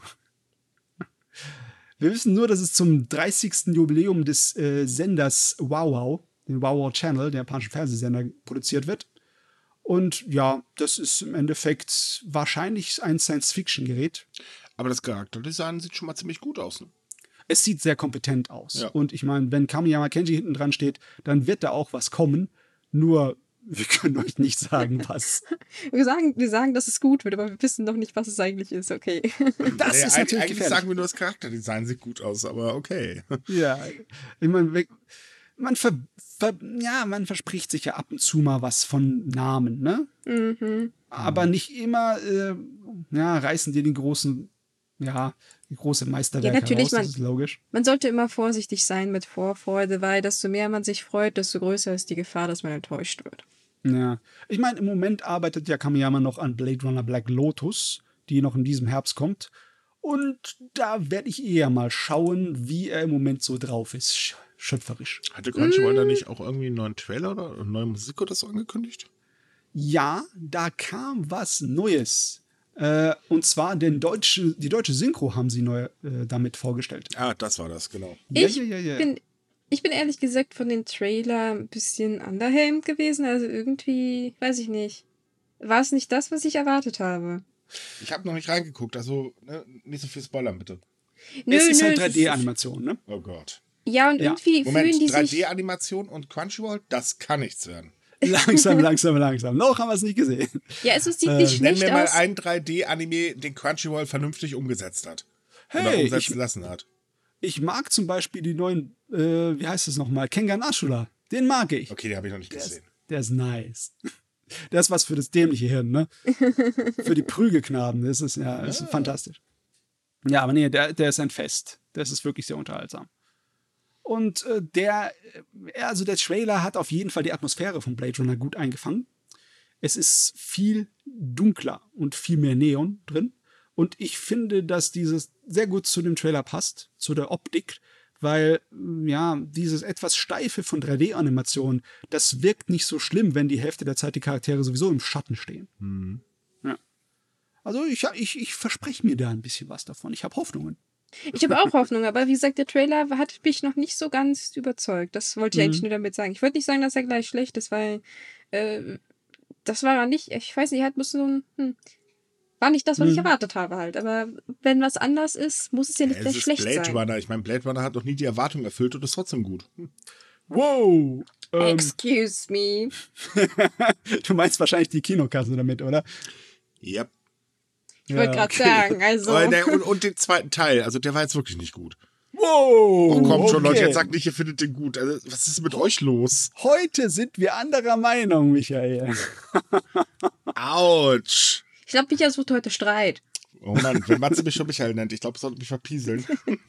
A: Wir wissen nur, dass es zum dreißigsten Jubiläum des äh, Senders Wow Wow, den Wow Wow Channel, der japanischen Fernsehsender, produziert wird. Und ja, das ist im Endeffekt wahrscheinlich ein Science-Fiction-Gerät.
B: Aber das Charakterdesign sieht schon mal ziemlich gut aus, ne?
A: Es sieht sehr kompetent aus.
B: Ja.
A: Und ich meine, wenn Kamiyama Kenji hinten dran steht, dann wird da auch was kommen. Nur, wir können euch nicht sagen, was.
C: Wir sagen, wir sagen, dass es gut wird, aber wir wissen noch nicht, was es eigentlich ist. Okay.
A: Das
B: Ja,
A: ist
B: eig-
A: natürlich
B: Eigentlich
A: gefährlich.
B: sagen wir nur, das Charakterdesign sieht gut aus, aber okay.
A: Ja, ich meine, we- man, ver, ver, ja, man verspricht sich ja ab und zu mal was von Namen, ne?
C: Mhm.
A: Aber nicht immer äh, ja, reißen die den großen, ja, die große Meisterwerke
C: Ja, natürlich,
A: raus, das
C: man-
A: ist logisch.
C: Man sollte immer vorsichtig sein mit Vorfreude, weil desto mehr man sich freut, desto größer ist die Gefahr, dass man enttäuscht wird.
A: Ja. Ich meine, im Moment arbeitet ja Kamiyama noch an Blade Runner Black Lotus, die noch in diesem Herbst kommt. Und da werde ich eher mal schauen, wie er im Moment so drauf ist. schöpferisch.
B: Hatte Crunchyroll da nicht auch irgendwie einen neuen Trailer oder eine neue Musik oder so angekündigt?
A: Ja, da kam was Neues. Äh, und zwar den deutsche, die deutsche Synchro haben sie neu äh, damit vorgestellt.
B: Ah, das war das, genau.
C: Ich
A: ja, ja, ja.
C: bin, ich bin ehrlich gesagt von den Trailer ein bisschen underwhelmed gewesen. Also irgendwie, weiß ich nicht. War es nicht das, was ich erwartet habe?
B: Ich habe noch nicht reingeguckt, also ne, nicht so viel spoilern, bitte.
C: Nö,
A: es ist
C: nö,
A: halt
C: es
A: drei D-Animation, ne?
B: Oh Gott.
C: Ja, und
A: Ja.
C: irgendwie
B: Moment,
C: fühlen die sich...
B: drei D-Animation und Crunchyroll, das kann nichts werden.
A: Langsam, langsam, langsam. Noch haben wir es nicht gesehen.
C: Ja, es sieht
A: Äh,
C: nicht
B: Nenn
C: schlecht
B: mir mal
C: aus.
B: einen drei D-Anime, den Crunchyroll vernünftig umgesetzt hat. Oder
A: Hey,
B: umsetzen
A: ich,
B: lassen hat.
A: ich mag zum Beispiel die neuen, äh, wie heißt es nochmal? Kengan Ashura. Den mag ich.
B: Okay, den habe ich noch nicht
A: Der ist,
B: gesehen.
A: der ist nice. Der ist was für das dämliche Hirn, ne? Für die Prügelknaben. Das ist ja, das ist fantastisch. Ja, aber nee, der, der ist ein Fest. Das ist wirklich sehr unterhaltsam. Und äh, der, äh, also der Trailer hat auf jeden Fall die Atmosphäre von Blade Runner gut eingefangen. Es ist viel dunkler und viel mehr Neon drin. Und ich finde, dass dieses sehr gut zu dem Trailer passt, zu der Optik, weil, ja, dieses etwas Steife von drei D-Animation, das wirkt nicht so schlimm, wenn die Hälfte der Zeit die Charaktere sowieso im Schatten stehen.
B: Mhm.
A: Ja. Also ich, ich, ich verspreche mir da ein bisschen was davon. Ich habe Hoffnungen.
C: Ich habe auch Hoffnung, aber wie gesagt, der Trailer hat mich noch nicht so ganz überzeugt. Das wollte ich
A: Mhm.
C: eigentlich nur damit sagen. Ich wollte nicht sagen, dass er gleich schlecht ist, weil äh, das war er nicht, ich weiß nicht, er hat so ein, hm, war nicht das, was ich
A: Mhm.
C: erwartet habe halt. Aber wenn was anders ist, muss es ja nicht
B: Es
C: gleich
B: ist
C: schlecht
B: Blade
C: sein.
B: Runner. Ich meine, Blade Runner hat noch nie die Erwartung erfüllt und ist trotzdem gut. Hm.
A: Wow! Ähm,
C: Excuse me.
A: du meinst wahrscheinlich die Kinokasse damit, oder?
B: Yep.
C: Ich wollte gerade
A: okay.
C: sagen, also.
B: Oh, der, und, und den zweiten Teil, also der war jetzt wirklich nicht gut.
A: Wow!
B: Oh, kommt schon,
A: okay.
B: Leute, jetzt sagt nicht, ihr findet den gut. Also, was ist mit euch los?
A: Heute sind wir anderer Meinung, Michael.
B: Autsch.
C: Ich glaube, Micha sucht heute Streit.
B: Oh Mann, wenn Matze mich schon Michael nennt, ich glaube, es sollte mich verpieseln.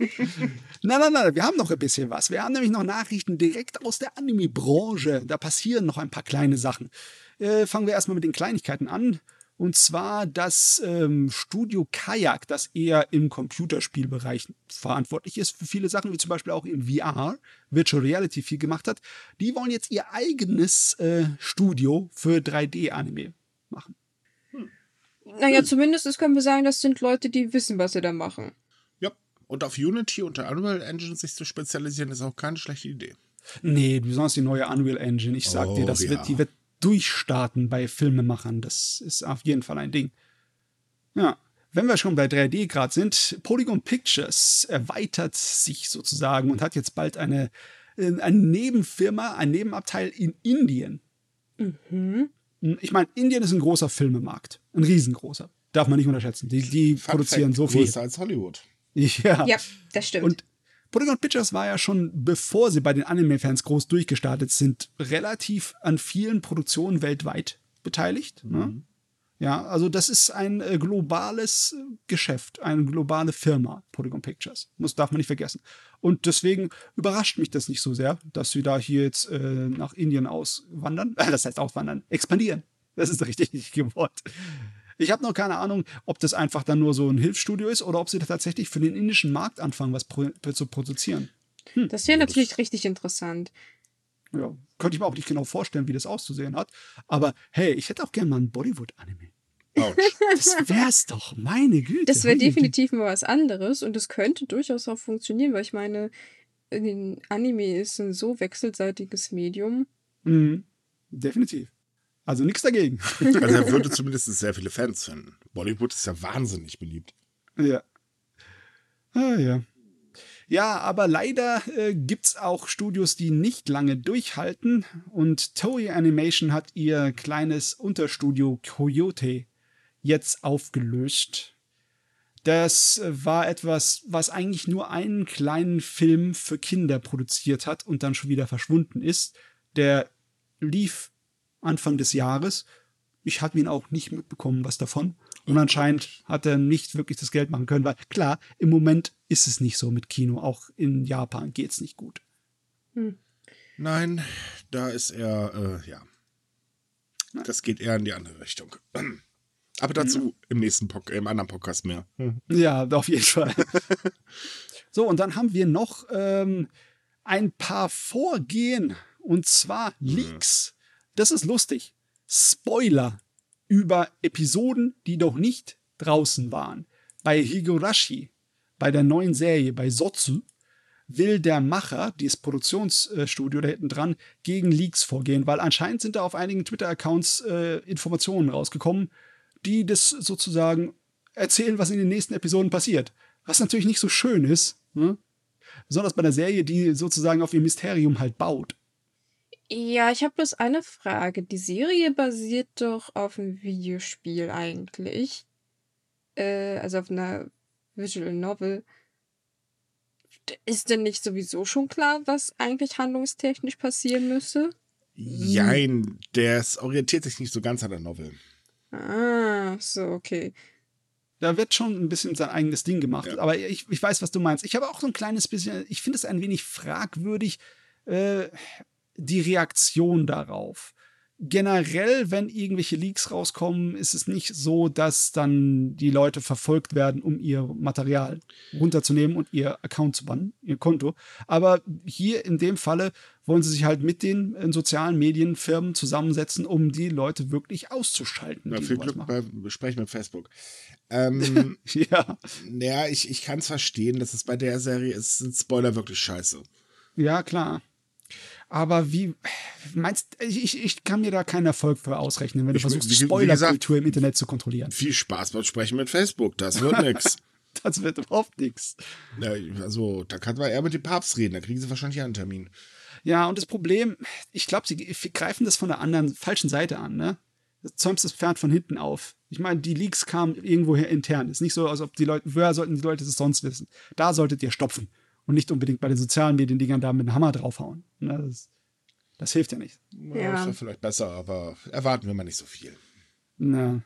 A: Nein, nein, nein, wir haben noch ein bisschen was. Wir haben nämlich noch Nachrichten direkt aus der Anime-Branche. Da passieren noch ein paar kleine Sachen. Äh, fangen wir erstmal mit den Kleinigkeiten an. Und zwar das ähm, Studio Kayak, das eher im Computerspielbereich verantwortlich ist für viele Sachen, wie zum Beispiel auch im V R, Virtual Reality viel gemacht hat. Die wollen jetzt ihr eigenes äh, Studio für drei D-Anime machen.
C: Naja, zumindest können wir sagen, das sind Leute, die wissen, was sie da machen.
B: Ja, und auf Unity und der Unreal Engine sich zu spezialisieren, ist auch keine schlechte Idee.
A: Nee, besonders die neue Unreal Engine. Ich sag
B: Oh,
A: dir, das
B: ja.
A: wird, die wird durchstarten bei Filmemachern. Das ist auf jeden Fall ein Ding. Ja, wenn wir schon bei drei D gerade sind, Polygon Pictures erweitert sich sozusagen und hat jetzt bald eine, äh, eine Nebenfirma, ein Nebenabteil in Indien.
C: Mhm.
A: Ich meine, Indien ist ein großer Filmemarkt. Ein riesengroßer. Darf man nicht unterschätzen. Die, die
B: Fun
A: produzieren
B: Fact,
A: so viel.
B: Größer als Hollywood.
A: Ja.
C: Ja, das stimmt.
A: Und Polygon Pictures war ja schon, bevor sie bei den Anime-Fans groß durchgestartet sind, relativ an vielen Produktionen weltweit beteiligt.
B: Mhm.
A: Ne? Ja, also das ist ein äh, globales äh, Geschäft, eine globale Firma, Polygon Pictures. Das darf man nicht vergessen. Und deswegen überrascht mich das nicht so sehr, dass sie da hier jetzt äh, nach Indien auswandern. Äh, das heißt auswandern, expandieren. Das ist das richtige Wort. Ich habe noch keine Ahnung, ob das einfach dann nur so ein Hilfsstudio ist oder ob sie da tatsächlich für den indischen Markt anfangen, was pro zu produzieren.
C: Das wäre natürlich richtig interessant.
A: Ja, könnte ich mir auch nicht genau vorstellen, wie das auszusehen hat. Aber hey, ich hätte auch gerne mal ein Bollywood-Anime.
B: Autsch.
A: Das wär's doch, meine Güte.
C: Das wäre
A: Hui,
C: definitiv mal was anderes und es könnte durchaus auch funktionieren, weil ich meine, ein Anime ist ein so wechselseitiges Medium.
A: Mhm. Definitiv. Also nichts dagegen.
B: Also er würde zumindest sehr viele Fans finden. Bollywood ist ja wahnsinnig beliebt.
A: Ja. Ah, ja. Ja, aber leider äh, gibt's auch Studios, die nicht lange durchhalten. Und Toei Animation hat ihr kleines Unterstudio Coyote jetzt aufgelöst. Das äh, war etwas, was eigentlich nur einen kleinen Film für Kinder produziert hat und dann schon wieder verschwunden ist. Der lief Anfang des Jahres. Ich hatte ihn auch nicht mitbekommen, was davon. Und anscheinend hat er nicht wirklich das Geld machen können, weil klar, im Moment ist es nicht so mit Kino. Auch in Japan geht's nicht gut.
C: Hm.
B: Nein, da ist er, äh, ja. Das geht eher in die andere Richtung. Aber dazu im nächsten Pod im anderen Podcast mehr.
A: Ja, auf jeden Fall. So, und dann haben wir noch ähm, ein paar Vorgehen, und zwar Leaks. Das ist lustig. Spoiler über Episoden, die noch nicht draußen waren. Bei Higurashi, bei der neuen Serie, bei Sotsu, will der Macher, dieses Produktionsstudio da hinten dran, gegen Leaks vorgehen, weil anscheinend sind da auf einigen Twitter-Accounts äh, Informationen rausgekommen, die das sozusagen erzählen, was in den nächsten Episoden passiert. Was natürlich nicht so schön ist, ne? Besonders bei einer Serie, die sozusagen auf ihr Mysterium halt baut.
C: Ja, ich habe bloß eine Frage. Die Serie basiert doch auf einem Videospiel eigentlich. Äh, also auf einer Visual Novel. Ist denn nicht sowieso schon klar, was eigentlich handlungstechnisch passieren müsste?
B: Jein, das orientiert sich nicht so ganz an der Novel.
C: Ah, so, okay.
A: Da wird schon ein bisschen sein eigenes Ding gemacht.
B: Ja.
A: Aber ich, ich weiß, was du meinst. Ich habe auch so ein kleines bisschen, ich finde es ein wenig fragwürdig, äh, die Reaktion darauf. Generell, wenn irgendwelche Leaks rauskommen, ist es nicht so, dass dann die Leute verfolgt werden, um ihr Material runterzunehmen und ihr Account zu bannen, ihr Konto. Aber hier in dem Falle wollen sie sich halt mit den äh, sozialen Medienfirmen zusammensetzen, um die Leute wirklich auszuschalten.
B: Na,
A: die
B: viel
A: sowas
B: Glück
A: machen.
B: beim Gespräch mit Facebook. Ähm,
A: Ja,
B: ja, ich, ich kann es verstehen, dass es bei der Serie ist, sind Spoiler wirklich scheiße.
A: ja, klar. Aber wie, meinst ich, ich, ich kann mir da keinen Erfolg für ausrechnen, wenn du
B: Ich-
A: versuchst,
B: wie- wie
A: Spoilerkultur im Internet zu kontrollieren.
B: Viel Spaß beim Sprechen mit Facebook, das wird nix.
A: Das wird überhaupt nichts.
B: Ja, also, da kann man eher mit dem Papst reden, da kriegen sie wahrscheinlich einen Termin.
A: Ja, und das Problem, ich glaube, sie greifen das von der anderen, falschen Seite an, ne? Das zäumst das Pferd von hinten auf. Ich meine, die Leaks kamen irgendwoher intern. Ist nicht so, als ob die Leute, woher sollten die Leute das sonst wissen? Da solltet ihr stopfen. Und nicht unbedingt bei den sozialen Medien-Dingern da mit dem Hammer draufhauen. Ne? Das, das hilft ja nicht.
B: Ja.
C: Ja.
B: Das ist ja vielleicht besser, aber erwarten wir mal nicht so viel.
A: Na.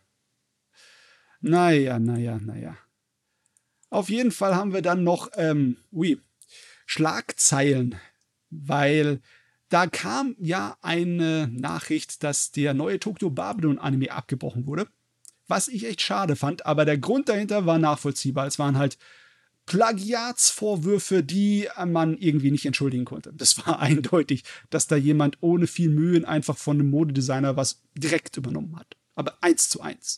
A: Naja, naja, naja. Auf jeden Fall haben wir dann noch, ähm, ui, Schlagzeilen, weil da kam ja eine Nachricht, dass der neue Tokyo Babylon Anime abgebrochen wurde, was ich echt schade fand, aber der Grund dahinter war nachvollziehbar. Es waren halt Plagiatsvorwürfe, die man irgendwie nicht entschuldigen konnte. Das war eindeutig, dass da jemand ohne viel Mühen einfach von einem Modedesigner was direkt übernommen hat. Aber eins zu eins.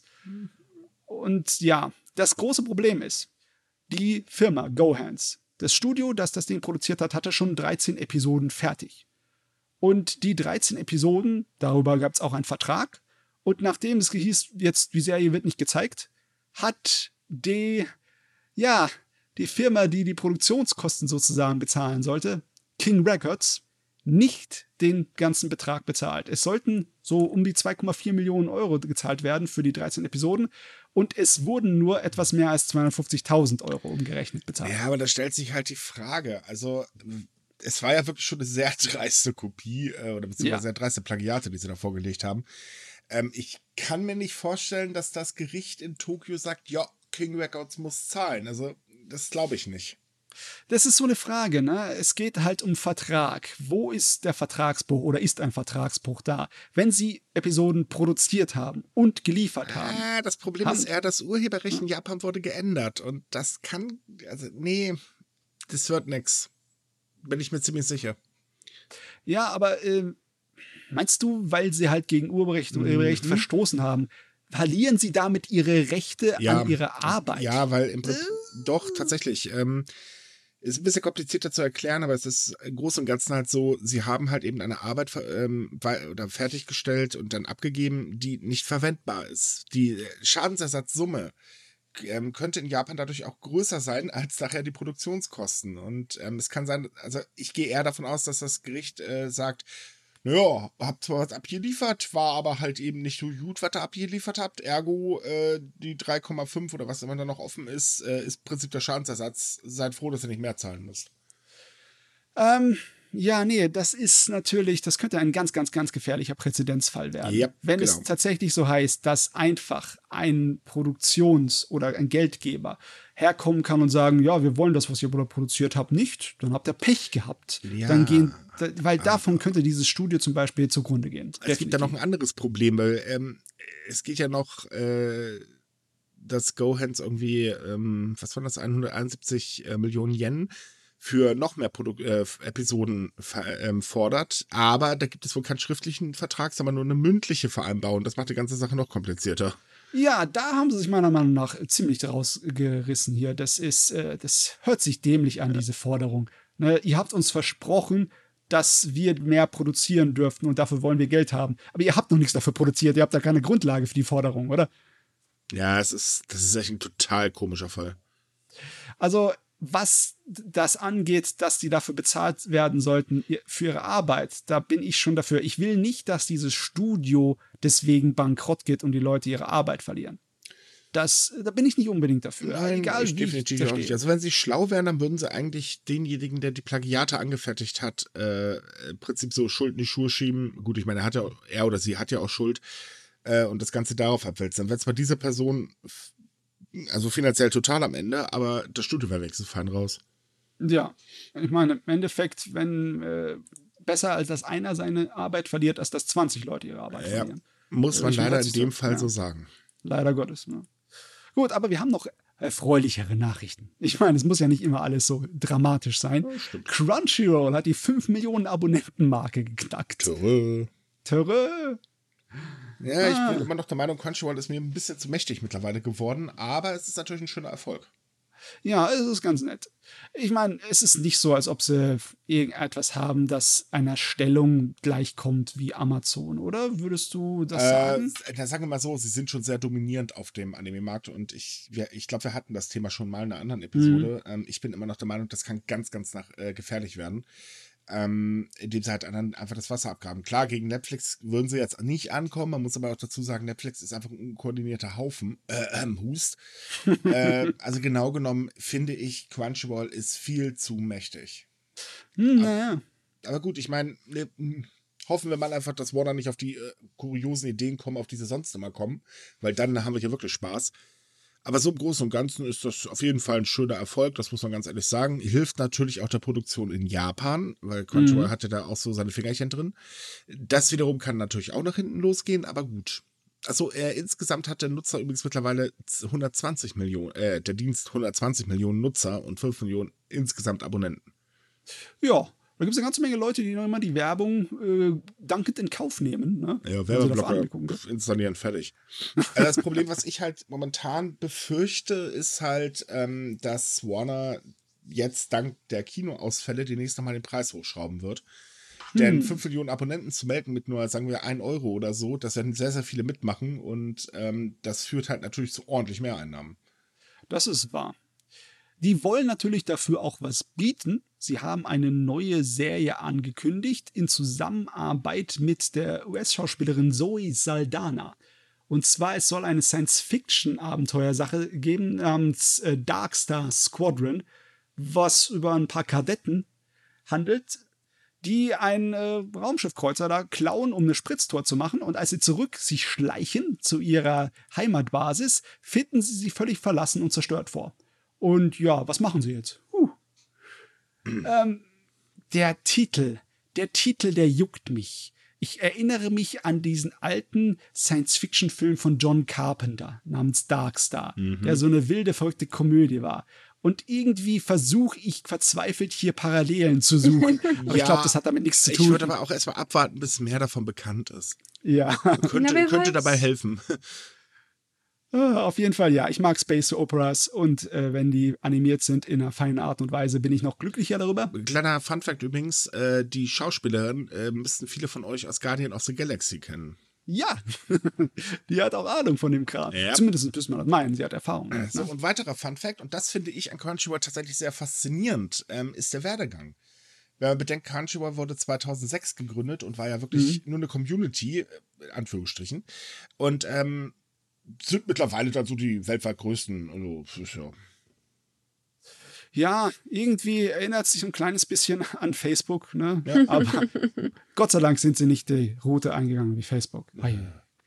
A: Und ja, das große Problem ist, die Firma GoHands, das Studio, das das Ding produziert hat, hatte schon dreizehn Episoden fertig. Und die dreizehn Episoden, darüber gab es auch einen Vertrag. Und nachdem es hieß, jetzt die Serie wird nicht gezeigt, hat die, ja, die Firma, die die Produktionskosten sozusagen bezahlen sollte, King Records, nicht den ganzen Betrag bezahlt. Es sollten so um die zwei Komma vier Millionen Euro gezahlt werden für die dreizehn Episoden und es wurden nur etwas mehr als zweihundertfünfzigtausend Euro umgerechnet bezahlt.
B: Ja, aber da stellt sich halt die Frage, also es war ja wirklich schon eine sehr dreiste Kopie äh, oder beziehungsweise
A: Ja.
B: sehr dreiste Plagiate, die sie da vorgelegt haben. Ähm, ich kann mir nicht vorstellen, dass das Gericht in Tokio sagt, ja, King Records muss zahlen. Also das glaube ich nicht.
A: Das ist so eine Frage, ne? Es geht halt um Vertrag. Wo ist der Vertragsbruch oder ist ein Vertragsbruch da? Wenn sie Episoden produziert haben und geliefert haben.
B: Ah, das Problem
A: Haben-
B: ist eher, das Urheberrecht in Japan wurde geändert und das kann, also nee, das wird nix. Bin ich mir ziemlich sicher.
A: Ja, aber äh, meinst du, weil sie halt gegen Urheberrecht, Urheberrecht
B: Mhm.
A: verstoßen haben, verlieren sie damit ihre Rechte
B: Ja.
A: an ihre Arbeit?
B: Ja, weil im Prinzip, doch, tatsächlich. Ähm, ist ein bisschen komplizierter zu erklären, aber es ist im Großen und Ganzen halt so, sie haben halt eben eine Arbeit ver- ähm, wei- oder fertiggestellt und dann abgegeben, die nicht verwendbar ist. Die Schadensersatzsumme ähm, könnte in Japan dadurch auch größer sein als nachher die Produktionskosten. Und ähm, es kann sein, also ich gehe eher davon aus, dass das Gericht äh, sagt, naja, habt zwar was abgeliefert, war aber halt eben nicht so gut, was ihr abgeliefert habt. Ergo, äh, die drei Komma fünf oder was immer da noch offen ist, äh, ist im Prinzip der Schadensersatz. Seid froh, dass ihr nicht mehr zahlen müsst.
A: Ähm, ja, nee, das ist natürlich, das könnte ein ganz, ganz, ganz gefährlicher Präzedenzfall werden.
B: Ja,
A: Wenn
B: genau.
A: es tatsächlich so heißt, dass einfach ein Produktions- oder ein Geldgeber herkommen kann und sagen, ja, wir wollen das, was ihr produziert habt, nicht, dann habt ihr Pech gehabt.
B: Ja.
A: Dann gehen, da, weil davon könnte dieses Studio zum Beispiel zugrunde gehen.
B: Es gibt da noch ein anderes Problem, weil ähm, es geht ja noch, äh, dass GoHands irgendwie, ähm, was waren das, hunderteinundsiebzig äh, Millionen Yen für noch mehr Produ äh, Episoden ähm, fordert. Aber da gibt es wohl keinen schriftlichen Vertrag, sondern nur eine mündliche Vereinbarung. Das macht die ganze Sache noch komplizierter.
A: Ja, da haben sie sich meiner Meinung nach ziemlich rausgerissen hier. Das ist, äh, das hört sich dämlich an, diese Forderung. Ne, ihr habt uns versprochen, dass wir mehr produzieren dürften und dafür wollen wir Geld haben. Aber ihr habt noch nichts dafür produziert. Ihr habt da keine Grundlage für die Forderung, oder?
B: Ja, es ist, das ist echt ein total komischer Fall.
A: Also, was das angeht, dass die dafür bezahlt werden sollten für ihre Arbeit, da bin ich schon dafür. Ich will nicht, dass dieses Studio deswegen bankrott geht und die Leute ihre Arbeit verlieren. Das, da bin ich nicht unbedingt dafür.
B: Nein,
A: egal
B: ich
A: wie
B: definitiv
A: ich
B: auch nicht. Also wenn sie schlau wären, dann würden sie eigentlich denjenigen, der die Plagiate angefertigt hat, äh, im Prinzip so Schuld in die Schuhe schieben. Gut, ich meine, er, hat ja, er oder sie hat ja auch Schuld äh, und das Ganze darauf abwälzen. Wenn es bei dieser Person, also finanziell total am Ende, aber das Studio wäre weg, so fein raus.
A: Ja, ich meine, im Endeffekt, wenn äh, besser als dass einer seine Arbeit verliert, als dass zwanzig Leute ihre Arbeit
B: Ja,
A: verlieren.
B: muss man
A: Ich
B: leider in
A: weiß,
B: dem
A: so,
B: Fall
A: ja.
B: so sagen.
A: Leider Gottes. Ne? Gut, aber wir haben noch erfreulichere Nachrichten. Ich meine, es muss ja nicht immer alles so dramatisch sein.
B: Ja,
A: Crunchyroll hat die fünf Millionen Abonnenten-Marke geknackt.
B: Törö.
A: Törö.
B: Ja, ich
A: Ah.
B: bin immer noch der Meinung, Crunchyroll ist mir ein bisschen zu mächtig mittlerweile geworden, aber es ist natürlich ein schöner Erfolg.
A: Ja, es ist ganz nett. Ich meine, es ist nicht so, als ob sie irgendetwas haben, das einer Stellung gleichkommt wie Amazon, oder? Würdest du das
B: Äh,
A: sagen?
B: na, sagen wir mal so, sie sind schon sehr dominierend auf dem Anime-Markt und ich, wir, ich glaube, wir hatten das Thema schon mal in einer anderen Episode.
A: Mhm.
B: Ähm, ich bin immer noch der Meinung, das kann ganz, ganz nach, äh, gefährlich werden, ähm, indem sie halt anderen einfach das Wasser abgraben. Klar, gegen Netflix würden sie jetzt nicht ankommen, man muss aber auch dazu sagen, Netflix ist einfach ein unkoordinierter Haufen, äh, ähm, Hust. äh, also genau genommen finde ich, Crunchyroll ist viel zu mächtig.
A: Hm, naja.
B: Aber gut, ich meine, ne, hoffen wir mal einfach, dass Warner nicht auf die äh, kuriosen Ideen kommen, auf die sie sonst immer kommen, weil dann haben wir hier wirklich Spaß. Aber so im Großen und Ganzen ist das auf jeden Fall ein schöner Erfolg, das muss man ganz ehrlich sagen. Hilft natürlich auch der Produktion in Japan, weil Crunchyroll
A: Mhm.
B: hatte da auch so seine Fingerchen drin. Das wiederum kann natürlich auch nach hinten losgehen, aber gut. Also äh, insgesamt hat der Nutzer übrigens mittlerweile hundertzwanzig Millionen, äh, der Dienst hundertzwanzig Millionen Nutzer und fünf Millionen insgesamt Abonnenten.
A: Ja, da gibt es eine ganze Menge Leute, die noch immer die Werbung äh, dankend in Kauf nehmen. Ne?
B: Ja,
A: Wenn sie davor
B: Werbeblocker
A: angeguckt wird.
B: installieren, fertig. Also das Problem, was ich halt momentan befürchte, ist halt, ähm, dass Warner jetzt dank der Kinoausfälle demnächst nochmal den Preis hochschrauben wird. Denn
A: Hm.
B: fünf Millionen Abonnenten zu melken mit nur, sagen wir, ein Euro oder so, das werden sehr, sehr viele mitmachen und ähm, das führt halt natürlich zu ordentlich Mehreinnahmen.
A: Das ist wahr. Die wollen natürlich dafür auch was bieten. Sie haben eine neue Serie angekündigt in Zusammenarbeit mit der U S-Schauspielerin Zoe Saldana. Und zwar, es soll eine Science-Fiction-Abenteuersache geben namens äh, Darkstar Squadron, was über ein paar Kadetten handelt, die ein äh, Raumschiffkreuzer da klauen, um eine Spritztour zu machen. Und als sie zurück sich schleichen zu ihrer Heimatbasis, finden sie sie völlig verlassen und zerstört vor. Und ja, was machen sie jetzt? Huh. ähm, der Titel, der Titel, der juckt mich. Ich erinnere mich an diesen alten Science-Fiction-Film von John Carpenter namens Darkstar,
B: Mhm.
A: der so eine wilde, verrückte Komödie war. Und irgendwie versuche ich verzweifelt hier Parallelen zu suchen. Aber ich
B: Ja,
A: glaube, das hat damit nichts zu
B: Ich
A: tun.
B: würde aber auch erstmal abwarten, bis mehr davon bekannt ist.
A: Ja,
B: Könnte,
C: Na, wer
B: könnte
C: weiß.
B: dabei helfen.
A: Ah, auf jeden Fall, ja. Ich mag Space Operas und äh, wenn die animiert sind in einer feinen Art und Weise, bin ich noch glücklicher darüber.
B: Kleiner Funfact übrigens, äh, die Schauspielerin äh, müssten viele von euch aus Guardian of the Galaxy kennen.
A: Ja, die hat auch Ahnung von dem Kram.
B: Ja.
A: Zumindest müssen wir das meinen. Sie hat Erfahrung. damit,
B: So,
A: ne?
B: und weiterer Funfact, und das finde ich an Crunchyroll tatsächlich sehr faszinierend, ähm, ist der Werdegang. Wenn man bedenkt, Crunchyroll wurde zweitausendsechs gegründet und war ja wirklich nur eine Community, äh, in Anführungsstrichen, und ähm, sind mittlerweile dann so die weltweit größten. Also, das ist ja
A: Ja, irgendwie erinnert es sich ein kleines bisschen an Facebook, ne?
B: Ja.
A: Aber Gott sei Dank sind sie nicht die Route eingegangen wie Facebook. Ei.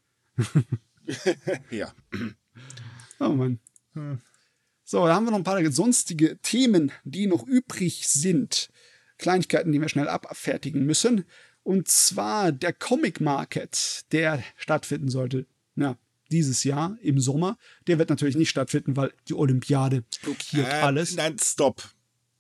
B: ja.
A: Oh Mann.
B: Hm.
A: So, da haben wir noch ein paar sonstige Themen, die noch übrig sind. Kleinigkeiten, die wir schnell abfertigen müssen. Und zwar der Comic Market, der stattfinden sollte, ja, dieses Jahr im Sommer. Der wird natürlich nicht stattfinden, weil die Olympiade blockiert
B: Äh,
A: alles.
B: Nein, stopp.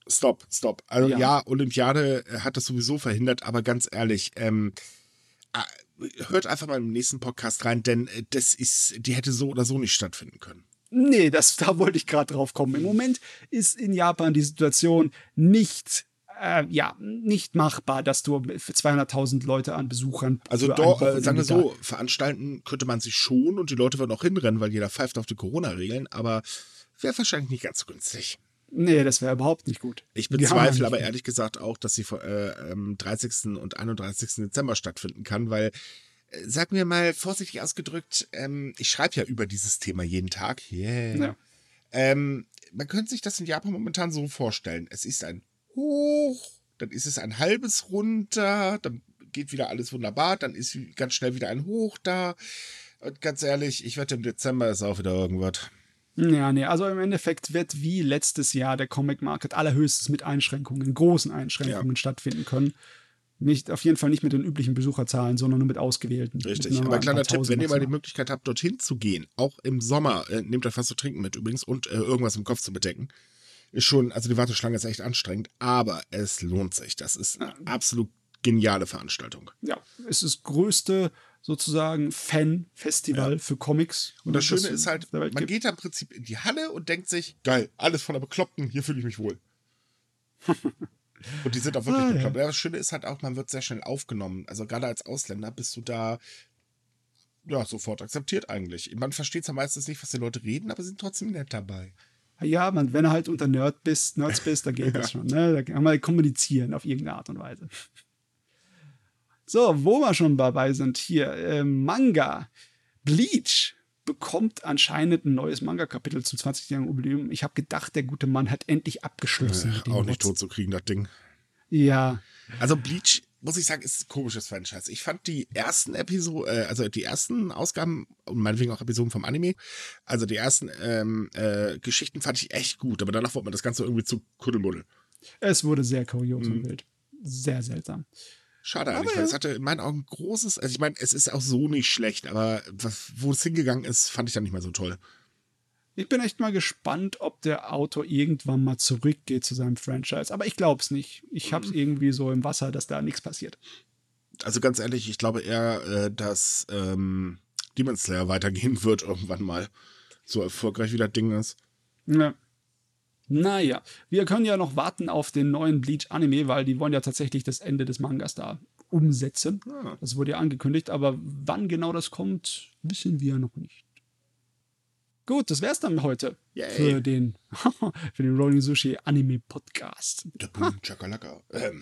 B: Stopp, stopp. Also
A: Ja.
B: ja, Olympiade hat das sowieso verhindert, aber ganz ehrlich, ähm, äh, hört einfach mal im nächsten Podcast rein, denn äh, das ist, die hätte so oder so nicht stattfinden können.
A: Nee, das, da wollte ich gerade drauf kommen. Im Moment ist in Japan die Situation nicht, äh, ja, nicht machbar, dass du für zweihunderttausend Leute an Besuchern.
B: Also
A: für ein
B: doch, äh,
A: Wochenende
B: sagen wir
A: da-
B: so, veranstalten könnte man sich schon und die Leute würden auch hinrennen, weil jeder pfeift auf die Corona-Regeln, aber wäre wahrscheinlich nicht ganz so günstig.
A: Nee, das wäre überhaupt nicht gut.
B: Ich
A: Die
B: bezweifle
A: haben wir
B: aber
A: nicht.
B: ehrlich gesagt auch, dass sie äh, am dreißigsten und einunddreißigsten Dezember stattfinden kann, weil, äh, sagen wir mal vorsichtig ausgedrückt, ähm, ich schreibe ja über dieses Thema jeden Tag. Yeah.
A: Ja.
B: Ähm, man könnte sich das in Japan momentan so vorstellen. Es ist ein Hoch, dann ist es ein halbes runter, dann geht wieder alles wunderbar, dann ist ganz schnell wieder ein Hoch da. Und ganz ehrlich, ich wette, im Dezember ist auch wieder irgendwas.
A: Ja, nee, also im Endeffekt wird wie letztes Jahr der Comic Market allerhöchstens mit Einschränkungen, großen Einschränkungen
B: Ja.
A: stattfinden können. Nicht, auf jeden Fall nicht mit den üblichen Besucherzahlen, sondern nur mit ausgewählten.
B: Richtig.
A: Mit nur
B: Aber
A: ein
B: kleiner
A: paar
B: Tipp,
A: Tausend
B: wenn ihr mal die
A: maximal.
B: Möglichkeit habt, dorthin zu gehen, auch im Sommer, äh, nehmt euch was zu trinken mit übrigens und äh, irgendwas im Kopf zu bedecken. Ist schon, also die Warteschlange ist echt anstrengend, aber es lohnt sich. Das ist eine absolut geniale Veranstaltung.
A: Ja, es ist das größte sozusagen Fan-Festival
B: Ja.
A: für Comics.
B: Und das Schöne
A: es
B: ist halt,
A: auf der Welt
B: man
A: gibt.
B: geht da im Prinzip in die Halle und denkt sich, geil, alles voller Bekloppten, hier fühle ich mich wohl. Und die sind auch wirklich
A: Ah, ja.
B: bekloppt. Ja. Das Schöne ist halt auch, man wird sehr schnell aufgenommen. Also gerade als Ausländer bist du da ja sofort akzeptiert eigentlich. Man versteht zwar meistens nicht, was die Leute reden, aber sind trotzdem nett dabei.
A: Ja, man, wenn du halt unter Nerd bist, Nerds bist, da geht das schon. Ne? Da kann man kommunizieren auf irgendeine Art und Weise. So, wo wir schon dabei sind, hier, äh, Manga. Bleach bekommt anscheinend ein neues Manga-Kapitel zum zwanzigjährigen Jubiläum. Ich habe gedacht, der gute Mann hat endlich abgeschlossen. mit
B: Äh,
A: dem
B: auch nicht
A: Rotz.
B: tot zu kriegen, das Ding.
A: Ja,
B: Also Bleach, muss ich sagen, ist ein komisches Franchise. Ich fand die ersten Episoden, äh, also die ersten Ausgaben und meinetwegen auch Episoden vom Anime, also die ersten ähm, äh, Geschichten fand ich echt gut, aber danach wurde mir das Ganze irgendwie zu Kuddelmuddel.
A: es wurde sehr kurios
B: Mhm.
A: und wild. Sehr seltsam.
B: Schade
A: Aber
B: eigentlich,
A: ja.
B: weil es hatte in meinen Augen großes, also ich meine, es ist auch so nicht schlecht, aber was, wo es hingegangen ist, fand ich dann nicht mehr so toll.
A: Ich bin echt mal gespannt, ob der Autor irgendwann mal zurückgeht zu seinem Franchise. Aber ich glaube es nicht. Ich habe es irgendwie so im Wasser, dass da nichts passiert.
B: Also ganz ehrlich, ich glaube eher, äh, dass ähm, Demon Slayer weitergehen wird irgendwann mal. So erfolgreich wie das Ding ist.
A: Ja. Naja, wir können ja noch warten auf den neuen Bleach-Anime, weil die wollen ja tatsächlich das Ende des Mangas da umsetzen.
B: Ah.
A: Das wurde ja angekündigt, aber wann genau das kommt, wissen wir noch nicht. Gut, das wär's dann heute
B: Yay.
A: für den, für den Rolling Sushi Anime Podcast.
B: Der Boom Chakalaka. Ähm,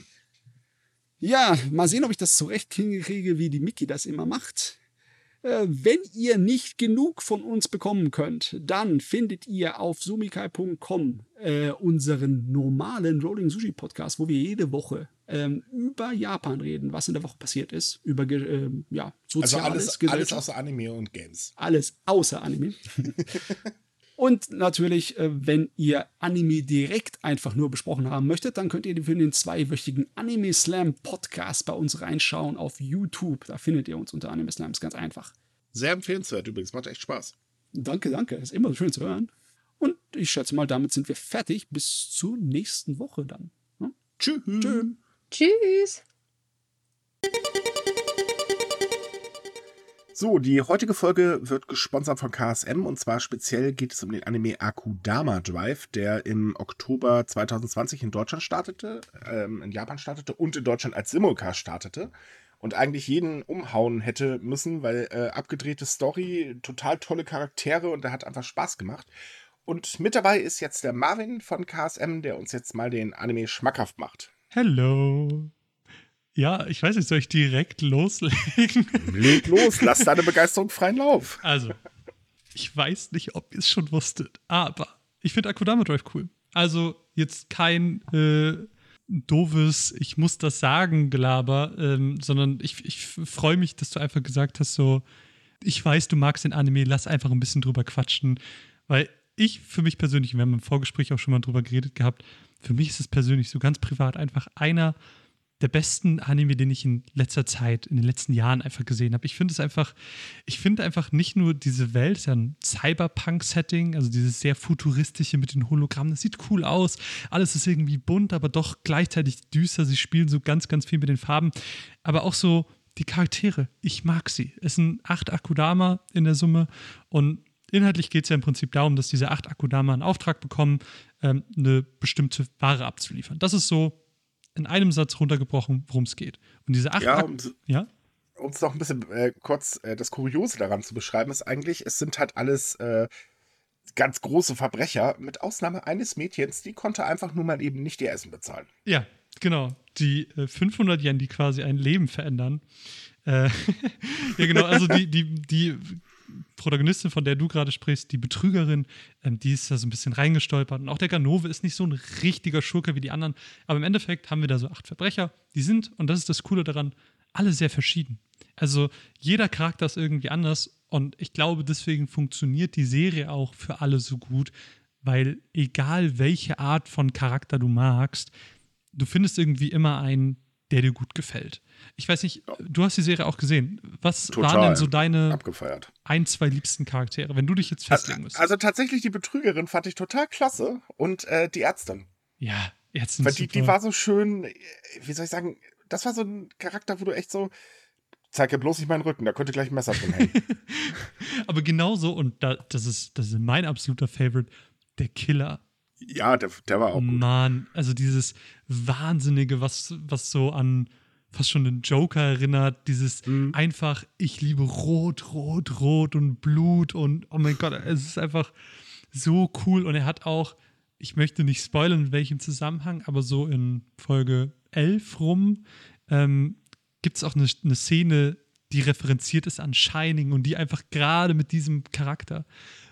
A: Ja, mal sehen, ob ich das zurecht hinkriege, wie die Miki das immer macht. Äh, wenn ihr nicht genug von uns bekommen könnt, dann findet ihr auf sumikai punkt com äh, unseren normalen Rolling Sushi Podcast, wo wir jede Woche ähm, über Japan reden, was in der Woche passiert ist, über ge- ähm, ja,
B: also
A: Soziales,
B: alles, alles
A: Gesellschaft.
B: außer Anime und Games.
A: Alles außer Anime. Und natürlich, äh, wenn ihr Anime direkt einfach nur besprochen haben möchtet, dann könnt ihr für den zweiwöchigen Anime Slam Podcast bei uns reinschauen auf YouTube. Da findet ihr uns unter Anime Slam, ist ganz einfach.
B: Sehr empfehlenswert übrigens, macht echt Spaß.
A: Danke, danke, ist immer schön zu hören. Und ich schätze mal, damit sind wir fertig. Bis zur nächsten Woche dann. Ja?
B: Tschüss.
A: Tschö.
C: Tschüss.
B: So, die heutige Folge wird gesponsert von K S M und zwar speziell geht es um den Anime Akudama Drive, der im Oktober zwanzig zwanzig in Deutschland startete, ähm, in Japan startete und in Deutschland als Simulcast startete und eigentlich jeden umhauen hätte müssen, weil äh, abgedrehte Story, total tolle Charaktere und der hat einfach Spaß gemacht. Und mit dabei ist jetzt der Marvin von K S M, der uns jetzt mal den Anime schmackhaft macht.
D: Hello. Ja, ich weiß nicht, soll ich direkt loslegen?
B: Leg los, lass deine Begeisterung freien Lauf.
D: Also, ich weiß nicht, ob ihr es schon wusstet, aber ich finde Akudama Drive cool. Also, jetzt kein äh, doofes, ich muss das sagen, Gelaber, ähm, sondern ich, ich freue mich, dass du einfach gesagt hast, so, ich weiß, du magst den Anime, lass einfach ein bisschen drüber quatschen, weil ich für mich persönlich, wir haben im Vorgespräch auch schon mal drüber geredet gehabt, für mich ist es persönlich so ganz privat einfach einer der besten Anime, den ich in letzter Zeit, in den letzten Jahren einfach gesehen habe. Ich finde es einfach, ich finde einfach nicht nur diese Welt, ist ja ein Cyberpunk-Setting, also dieses sehr futuristische mit den Hologrammen, das sieht cool aus, alles ist irgendwie bunt, aber doch gleichzeitig düster, sie spielen so ganz, ganz viel mit den Farben, aber auch so die Charaktere, ich mag sie. Es sind acht Akudama in der Summe und inhaltlich geht es ja im Prinzip darum, dass diese acht Akudama einen Auftrag bekommen, ähm, eine bestimmte Ware abzuliefern. Das ist so in einem Satz runtergebrochen, worum es geht. Und diese acht
B: Ja,
D: Ak-
B: um,
D: ja?
B: um es noch ein bisschen äh, kurz äh, das Kuriose daran zu beschreiben, ist eigentlich, es sind halt alles äh, ganz große Verbrecher, mit Ausnahme eines Mädchens, die konnte einfach nur mal eben nicht ihr Essen bezahlen.
D: Ja, genau. Die äh, fünfhundert Yen, die quasi ein Leben verändern. Äh, ja, genau. Also die, die, die Protagonistin, von der du gerade sprichst, die Betrügerin, ähm, die ist da so ein bisschen reingestolpert. Und auch der Ganove ist nicht so ein richtiger Schurke wie die anderen. Aber im Endeffekt haben wir da so acht Verbrecher. Die sind, und das ist das Coole daran, alle sehr verschieden. Also jeder Charakter ist irgendwie anders. Und ich glaube, deswegen funktioniert die Serie auch für alle so gut, weil egal welche Art von Charakter du magst, du findest irgendwie immer einen, der dir gut gefällt. Ich weiß nicht, du hast die Serie auch gesehen. Was
B: Total
D: waren denn so deine
B: abgefeiert.
D: ein, zwei liebsten Charaktere, wenn du dich jetzt festlegen
B: Also,
D: müsstest?
B: also tatsächlich die Betrügerin fand ich total klasse und äh, die Ärztin.
D: Ja, jetzt sind
B: Weil die,
D: super.
B: die war so schön, wie soll ich sagen, das war so ein Charakter, wo du echt so, zeig ja bloß nicht meinen Rücken, da könnte gleich ein Messer drin hängen.
D: Aber genauso, und da, das, ist, das ist mein absoluter Favorite, der Killer.
B: Ja, der, der war auch gut.
D: Mann, also dieses Wahnsinnige, was, was so an fast schon den Joker erinnert, dieses
B: Mhm.
D: einfach, ich liebe Rot, Rot, Rot und Blut und oh mein Gott, es ist einfach so cool und er hat auch, ich möchte nicht spoilern, in welchem Zusammenhang, aber so in Folge elf rum ähm, gibt es auch eine, eine Szene, die referenziert ist an Shining und die einfach gerade mit diesem Charakter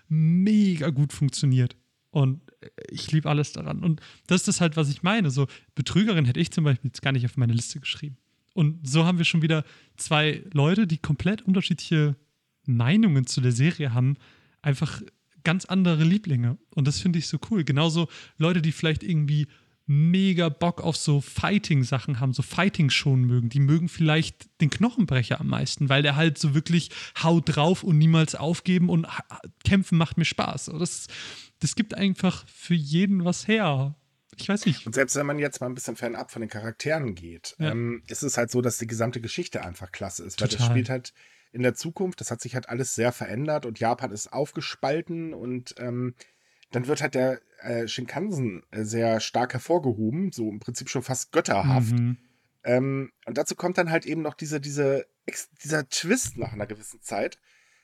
D: mega gut funktioniert. Und ich liebe alles daran. Und das ist das halt, was ich meine. So, Betrügerin hätte ich zum Beispiel jetzt gar nicht auf meine Liste geschrieben. Und so haben wir schon wieder zwei Leute, die komplett unterschiedliche Meinungen zu der Serie haben, einfach ganz andere Lieblinge. Und das finde ich so cool. Genauso Leute, die vielleicht irgendwie mega Bock auf so Fighting-Sachen haben, so Fighting-Shown mögen. Die mögen vielleicht den Knochenbrecher am meisten, weil der halt so wirklich haut drauf und niemals aufgeben und kämpfen macht mir Spaß. So, das, das gibt einfach für jeden was her. Ich weiß nicht.
B: Und selbst wenn man jetzt mal ein bisschen fernab von den Charakteren geht,
D: Ja.
B: ähm, ist es halt so, dass die gesamte Geschichte einfach klasse ist. Weil
D: Total.
B: das spielt halt in der Zukunft, das hat sich halt alles sehr verändert und Japan ist aufgespalten und ähm, dann wird halt der äh, Shinkansen äh, sehr stark hervorgehoben, so im Prinzip schon fast götterhaft.
D: Mhm.
B: Ähm, und dazu kommt dann halt eben noch diese, diese, ex- dieser Twist nach einer gewissen Zeit,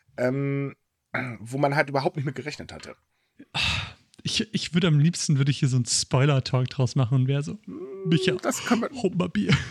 B: ähm, wo man halt überhaupt nicht mit gerechnet hatte.
D: Ich, ich würde am liebsten, würde ich hier so einen Spoiler-Talk draus machen und wäre so, Micha,
B: Das kann man.
D: hol mal Bier.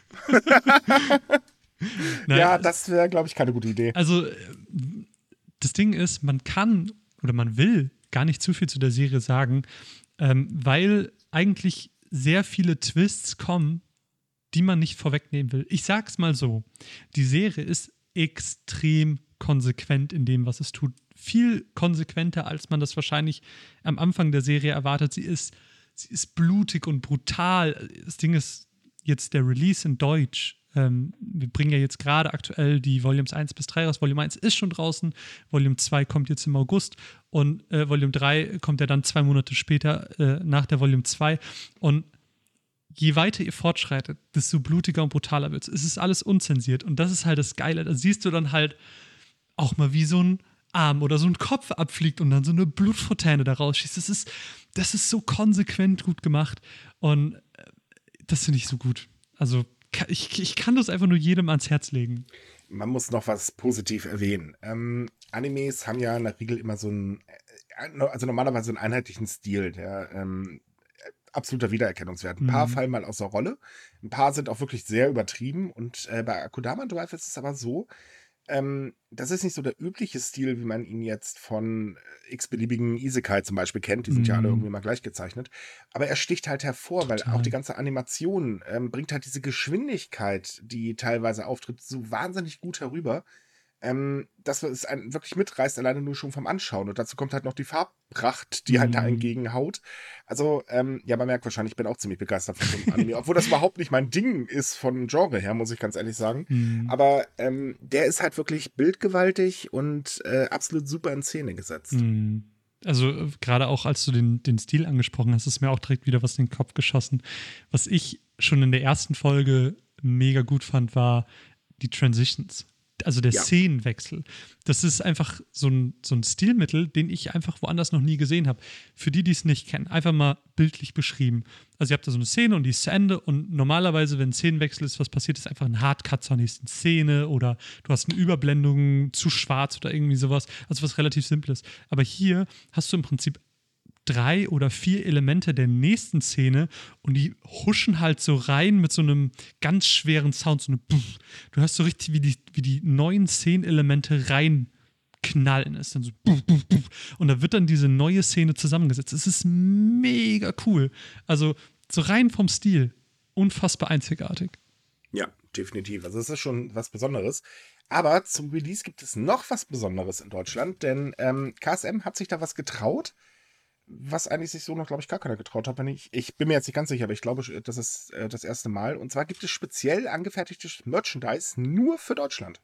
D: Nein,
B: Ja, das wäre, glaube ich, keine gute Idee.
D: Also, äh, das Ding ist, man kann oder man will gar nicht zu viel zu der Serie sagen, ähm, weil eigentlich sehr viele Twists kommen, die man nicht vorwegnehmen will. Ich sag's mal so: Die Serie ist extrem konsequent in dem, was es tut. Viel konsequenter, als man das wahrscheinlich am Anfang der Serie erwartet. Sie ist, sie ist blutig und brutal. Das Ding ist jetzt der Release in Deutsch. Ähm, wir bringen ja jetzt gerade aktuell die Volumes eins bis drei raus. Volume eins ist schon draußen, Volume zwei kommt jetzt im August und äh, Volume drei kommt ja dann zwei Monate später äh, nach der Volume zwei. Und je weiter ihr fortschreitet, desto blutiger und brutaler wird es. Es ist alles unzensiert und das ist halt das Geile. Da siehst du dann halt auch mal, wie so ein Arm oder so ein Kopf abfliegt und dann so eine Blutfontäne da rausschießt. Das ist, das ist so konsequent gut gemacht und äh, das finde ich so gut. Also Ich, ich kann das einfach nur jedem ans Herz legen.
B: Man muss noch was positiv erwähnen. Ähm, Animes haben ja in der Regel immer so einen, also normalerweise einen einheitlichen Stil, der ähm, absoluter Wiedererkennungswert. Ein paar
D: Mhm.
B: fallen mal aus der Rolle. Ein paar sind auch wirklich sehr übertrieben. Und äh, bei Akudama Drive ist es aber so, ähm, das ist nicht so der übliche Stil, wie man ihn jetzt von äh, x-beliebigen Isekai zum Beispiel kennt. Die sind ja alle
D: Mhm.
B: irgendwie mal gleich gezeichnet. Aber er sticht halt hervor, weil
D: Total.
B: auch die ganze Animation ähm, bringt halt diese Geschwindigkeit, die teilweise auftritt, so wahnsinnig gut herüber. ähm, dass es einen wirklich mitreißt, alleine nur schon vom Anschauen. Und dazu kommt halt noch die Farbpracht, die halt da
D: Mhm.
B: entgegenhaut. Also, ähm, ja, man merkt wahrscheinlich, ich bin auch ziemlich begeistert von so einem Anime. Obwohl das überhaupt nicht mein Ding ist von Genre her, muss ich ganz ehrlich sagen.
D: Mhm.
B: Aber ähm, der ist halt wirklich bildgewaltig und äh, absolut super in Szene gesetzt.
D: Mhm. Also äh, gerade auch, als du den, den Stil angesprochen hast, ist mir auch direkt wieder was in den Kopf geschossen. Was ich schon in der ersten Folge mega gut fand, war die Transitions. Also der
B: Ja.
D: Szenenwechsel. Das ist einfach so ein, so ein Stilmittel, den ich einfach woanders noch nie gesehen habe. Für die, die es nicht kennen, einfach mal bildlich beschrieben. Also ihr habt da so eine Szene und die ist zu Ende und normalerweise, wenn ein Szenenwechsel ist, was passiert, ist einfach ein Hardcut zur nächsten Szene oder du hast eine Überblendung zu schwarz oder irgendwie sowas. Also was relativ Simples. Aber hier hast du im Prinzip drei oder vier Elemente der nächsten Szene und die huschen halt so rein mit so einem ganz schweren Sound. So eine Puff. Du hörst so richtig, wie die, wie die neuen Szenenelemente reinknallen. Es ist dann so puff, puff, puff. Und da wird dann diese neue Szene zusammengesetzt. Es ist mega cool. Also so rein vom Stil unfassbar einzigartig.
B: Ja, definitiv. Also es ist schon was Besonderes. Aber zum Release gibt es noch was Besonderes in Deutschland, denn ähm, K S M hat sich da was getraut, was eigentlich sich so noch, glaube ich, gar keiner getraut hat. Wenn ich, ich bin mir jetzt nicht ganz sicher, aber ich glaube, das ist äh, das erste Mal. Und zwar gibt es speziell angefertigtes Merchandise nur für Deutschland.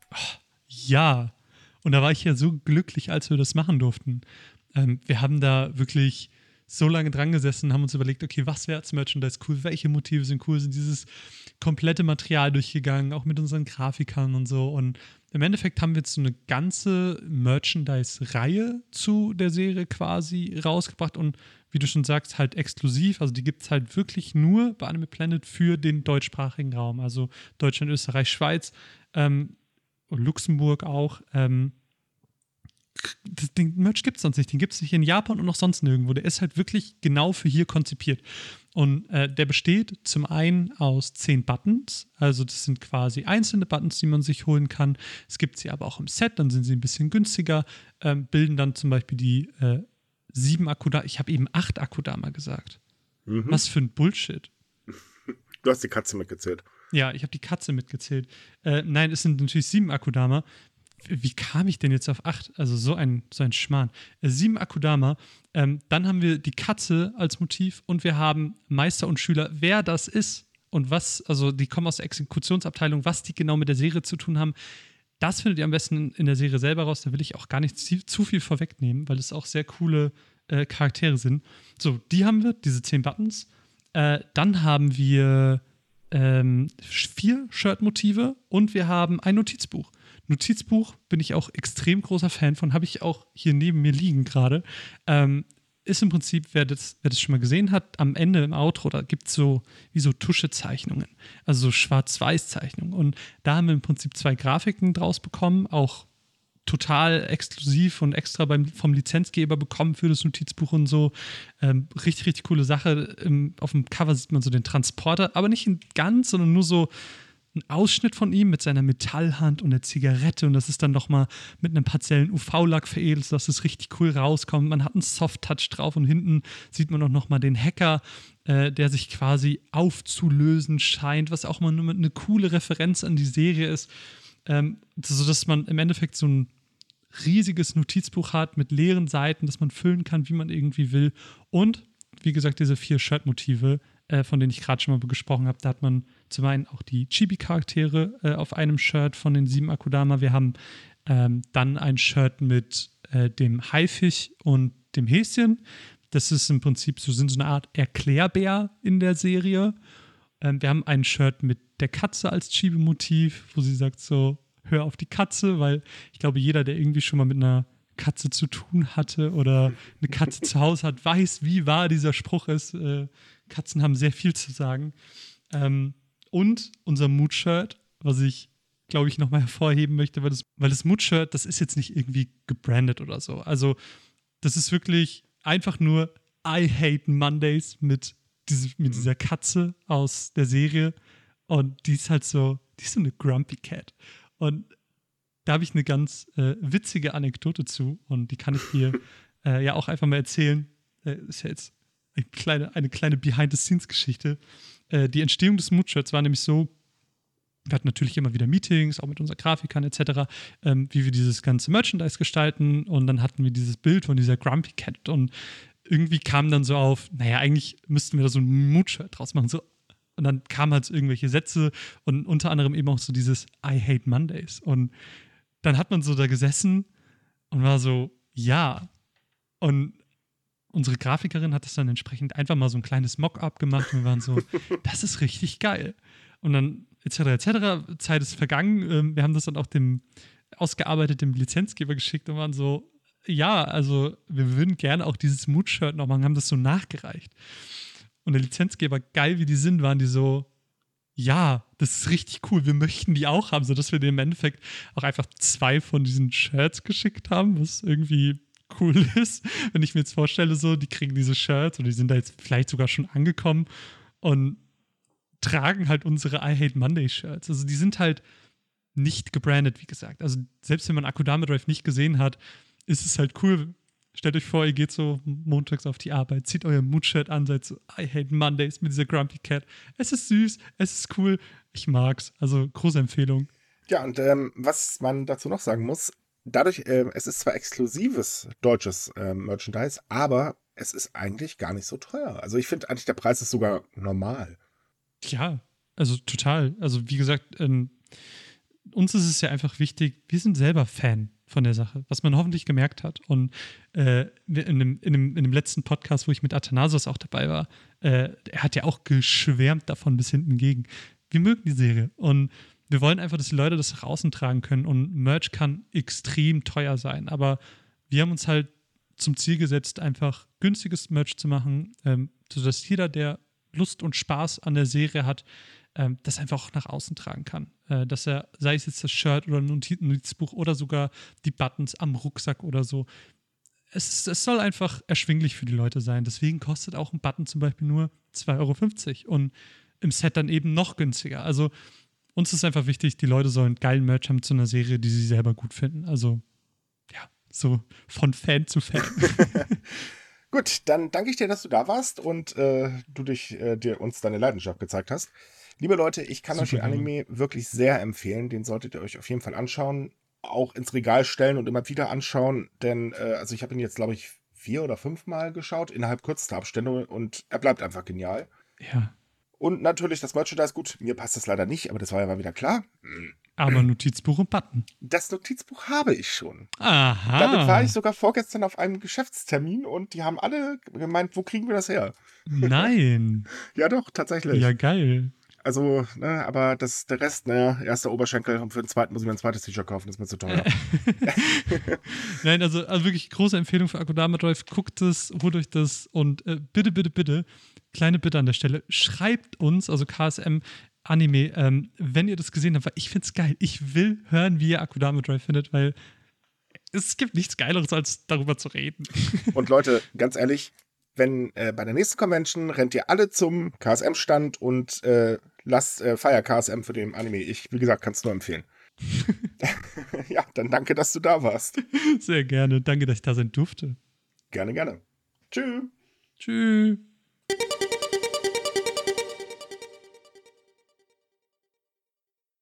D: Ja, und da war ich ja so glücklich, als wir das machen durften. Ähm, wir haben da wirklich so lange dran gesessen, haben uns überlegt, okay, was wäre als Merchandise cool, welche Motive sind cool, sind dieses komplette Material durchgegangen, auch mit unseren Grafikern und so. Und im Endeffekt haben wir jetzt so eine ganze Merchandise-Reihe zu der Serie quasi rausgebracht und wie du schon sagst, halt exklusiv. Also die gibt es halt wirklich nur bei Anime Planet für den deutschsprachigen Raum. Also Deutschland, Österreich, Schweiz ähm, und Luxemburg auch. Ähm, den Merch gibt es sonst nicht. Den gibt es nicht in Japan und noch sonst nirgendwo. Der ist halt wirklich genau für hier konzipiert. Und äh, der besteht zum einen aus zehn Buttons. Also das sind quasi einzelne Buttons, die man sich holen kann. Es gibt sie aber auch im Set, dann sind sie ein bisschen günstiger. Ähm, bilden dann zum Beispiel die äh, sieben Akudama. Ich habe eben acht Akudama gesagt.
B: Mhm.
D: Was für ein Bullshit.
B: Du hast die Katze mitgezählt.
D: Ja, ich habe die Katze mitgezählt. Äh, nein, es sind natürlich sieben Akudama. Wie kam ich denn jetzt auf acht? Also so ein, so ein Schmarrn. Äh, sieben Akudama. Ähm, dann haben wir die Katze als Motiv und wir haben Meister und Schüler. Wer das ist und was, also die kommen aus der Exekutionsabteilung, was die genau mit der Serie zu tun haben, das findet ihr am besten in, in der Serie selber raus. Da will ich auch gar nicht zu, zu viel vorwegnehmen, weil es auch sehr coole äh, Charaktere sind. So, die haben wir, diese zehn Buttons. Äh, dann haben wir ähm, vier Shirt-Motive und wir haben ein Notizbuch. Notizbuch bin ich auch extrem großer Fan von, habe ich auch hier neben mir liegen gerade. Ähm, ist im Prinzip, wer das, wer das schon mal gesehen hat, am Ende im Outro, da gibt es so wie so Tuschezeichnungen, also so Schwarz-Weiß-Zeichnungen. Und da haben wir im Prinzip zwei Grafiken draus bekommen, auch total exklusiv und extra beim, vom Lizenzgeber bekommen für das Notizbuch und so. Ähm, richtig, richtig coole Sache. Im, auf dem Cover sieht man so den Transporter, aber nicht in ganz, sondern nur so ein Ausschnitt von ihm mit seiner Metallhand und der Zigarette und das ist dann nochmal mit einem partiellen U V-Lack veredelt, sodass es richtig cool rauskommt. Man hat einen Soft-Touch drauf und hinten sieht man auch nochmal den Hacker, äh, der sich quasi aufzulösen scheint, was auch mal nur eine coole Referenz an die Serie ist, ähm, sodass man im Endeffekt so ein riesiges Notizbuch hat mit leeren Seiten, das man füllen kann, wie man irgendwie will. Und, wie gesagt, diese vier Shirt-Motive, äh, von denen ich gerade schon mal gesprochen habe, da hat man zum einen auch die Chibi-Charaktere äh, auf einem Shirt von den sieben Akudama. Wir haben ähm, dann ein Shirt mit äh, dem Haifisch und dem Häschen. Das ist im Prinzip so, sind so eine Art Erklärbär in der Serie. Ähm, wir haben ein Shirt mit der Katze als Chibi-Motiv, wo sie sagt so, hör auf die Katze, weil ich glaube, jeder, der irgendwie schon mal mit einer Katze zu tun hatte oder eine Katze zu Hause hat, weiß, wie wahr dieser Spruch ist. Äh, Katzen haben sehr viel zu sagen. Ähm, und unser Mood-Shirt, was ich, glaube ich, nochmal hervorheben möchte, weil das, weil das Mood-Shirt, das ist jetzt nicht irgendwie gebrandet oder so. Also das ist wirklich einfach nur I hate Mondays mit, diese, mit dieser Katze aus der Serie. Und die ist halt so, die ist so eine Grumpy Cat. Und da habe ich eine ganz äh, witzige Anekdote zu und die kann ich dir äh, ja auch einfach mal erzählen. Äh, ist ja jetzt eine kleine, eine kleine Behind-the-Scenes-Geschichte. Äh, die Entstehung des Mood-Shirts war nämlich so, wir hatten natürlich immer wieder Meetings, auch mit unseren Grafikern et cetera, ähm, wie wir dieses ganze Merchandise gestalten. Und dann hatten wir dieses Bild von dieser Grumpy Cat. Und irgendwie kam dann so auf, naja, eigentlich müssten wir da so ein Mood-Shirt draus machen. So. Und dann kamen halt so irgendwelche Sätze und unter anderem eben auch so dieses I hate Mondays. Und dann hat man so da gesessen und war so, ja. Und unsere Grafikerin hat das dann entsprechend einfach mal so ein kleines Mock-up gemacht und wir waren so, das ist richtig geil. Und dann et cetera et cetera. Zeit ist vergangen. Wir haben das dann auch dem ausgearbeitet, dem Lizenzgeber geschickt und waren so, ja, also wir würden gerne auch dieses Mood-Shirt noch machen, haben das so nachgereicht. Und der Lizenzgeber, geil wie die sind, waren die so, ja, das ist richtig cool, wir möchten die auch haben, sodass wir denen im Endeffekt auch einfach zwei von diesen Shirts geschickt haben, was irgendwie cool ist. Wenn ich mir jetzt vorstelle, so, die kriegen diese Shirts oder die sind da jetzt vielleicht sogar schon angekommen und tragen halt unsere I Hate Monday Shirts. Also die sind halt nicht gebrandet, wie gesagt. Also selbst wenn man Akudama Drive nicht gesehen hat, ist es halt cool. Stellt euch vor, ihr geht so montags auf die Arbeit, zieht euer Mood-Shirt an, seid so I Hate Mondays mit dieser Grumpy Cat. Es ist süß, es ist cool, ich mag's. Also große Empfehlung.
B: Ja, und ähm, was man dazu noch sagen muss, dadurch, äh, es ist zwar exklusives deutsches äh, Merchandise, aber es ist eigentlich gar nicht so teuer. Also ich finde eigentlich, der Preis ist sogar normal.
D: Ja, also total. Also wie gesagt, ähm, uns ist es ja einfach wichtig, wir sind selber Fan von der Sache, was man hoffentlich gemerkt hat. Und äh, in, dem, in, dem, in dem letzten Podcast, wo ich mit Athanasos auch dabei war, äh, er hat ja auch geschwärmt davon bis hinten gegen. Wir mögen die Serie und wir wollen einfach, dass die Leute das nach außen tragen können und Merch kann extrem teuer sein, aber wir haben uns halt zum Ziel gesetzt, einfach günstiges Merch zu machen, ähm, sodass jeder, der Lust und Spaß an der Serie hat, ähm, das einfach auch nach außen tragen kann. Äh, dass er, sei es jetzt das Shirt oder ein Notizbuch oder sogar die Buttons am Rucksack oder so, es, es soll einfach erschwinglich für die Leute sein. Deswegen kostet auch ein Button zum Beispiel nur zwei Euro fünfzig und im Set dann eben noch günstiger. Also uns ist einfach wichtig, die Leute sollen geilen Merch haben zu einer Serie, die sie selber gut finden. Also ja, so von Fan zu Fan.
B: Gut, dann danke ich dir, dass du da warst und äh, du dich, äh, dir uns deine Leidenschaft gezeigt hast. Liebe Leute, ich kann
D: Super,
B: euch den Anime wirklich sehr empfehlen. Den solltet ihr euch auf jeden Fall anschauen. Auch ins Regal stellen und immer wieder anschauen. Denn, äh, also ich habe ihn jetzt, glaube ich, vier oder fünf Mal geschaut, innerhalb kürzester Abstände. Und er bleibt einfach genial.
D: Ja.
B: Und natürlich das Merchandise. Gut, mir passt das leider nicht, aber das war ja mal wieder klar.
D: Aber Notizbuch und Button.
B: Das Notizbuch habe ich schon.
D: Aha.
B: Damit war ich sogar vorgestern auf einem Geschäftstermin und die haben alle gemeint, wo kriegen wir das her?
D: Nein.
B: Ja doch, tatsächlich.
D: Ja, geil.
B: Also, ne, aber das, der Rest, ne, erster Oberschenkel und für den zweiten muss ich mir ein zweites T-Shirt kaufen, das ist mir zu teuer.
D: Nein, also, also wirklich große Empfehlung für Akudama Drive. Guckt es, holt euch das und äh, bitte, bitte, bitte, kleine Bitte an der Stelle, schreibt uns, also K S M Anime, ähm, wenn ihr das gesehen habt, weil ich find's geil. Ich will hören, wie ihr Akudama Drive findet, weil es gibt nichts Geileres, als darüber zu reden.
B: Und Leute, ganz ehrlich, wenn äh, bei der nächsten Convention rennt ihr alle zum K S M-Stand und äh, lasst äh, Feier K S M für den Anime. Ich, wie gesagt, kann es nur empfehlen. Ja, dann danke, dass du da warst.
D: Sehr gerne. Danke, dass ich da sein durfte.
B: Gerne, gerne. Tschüss.
D: Tschüss.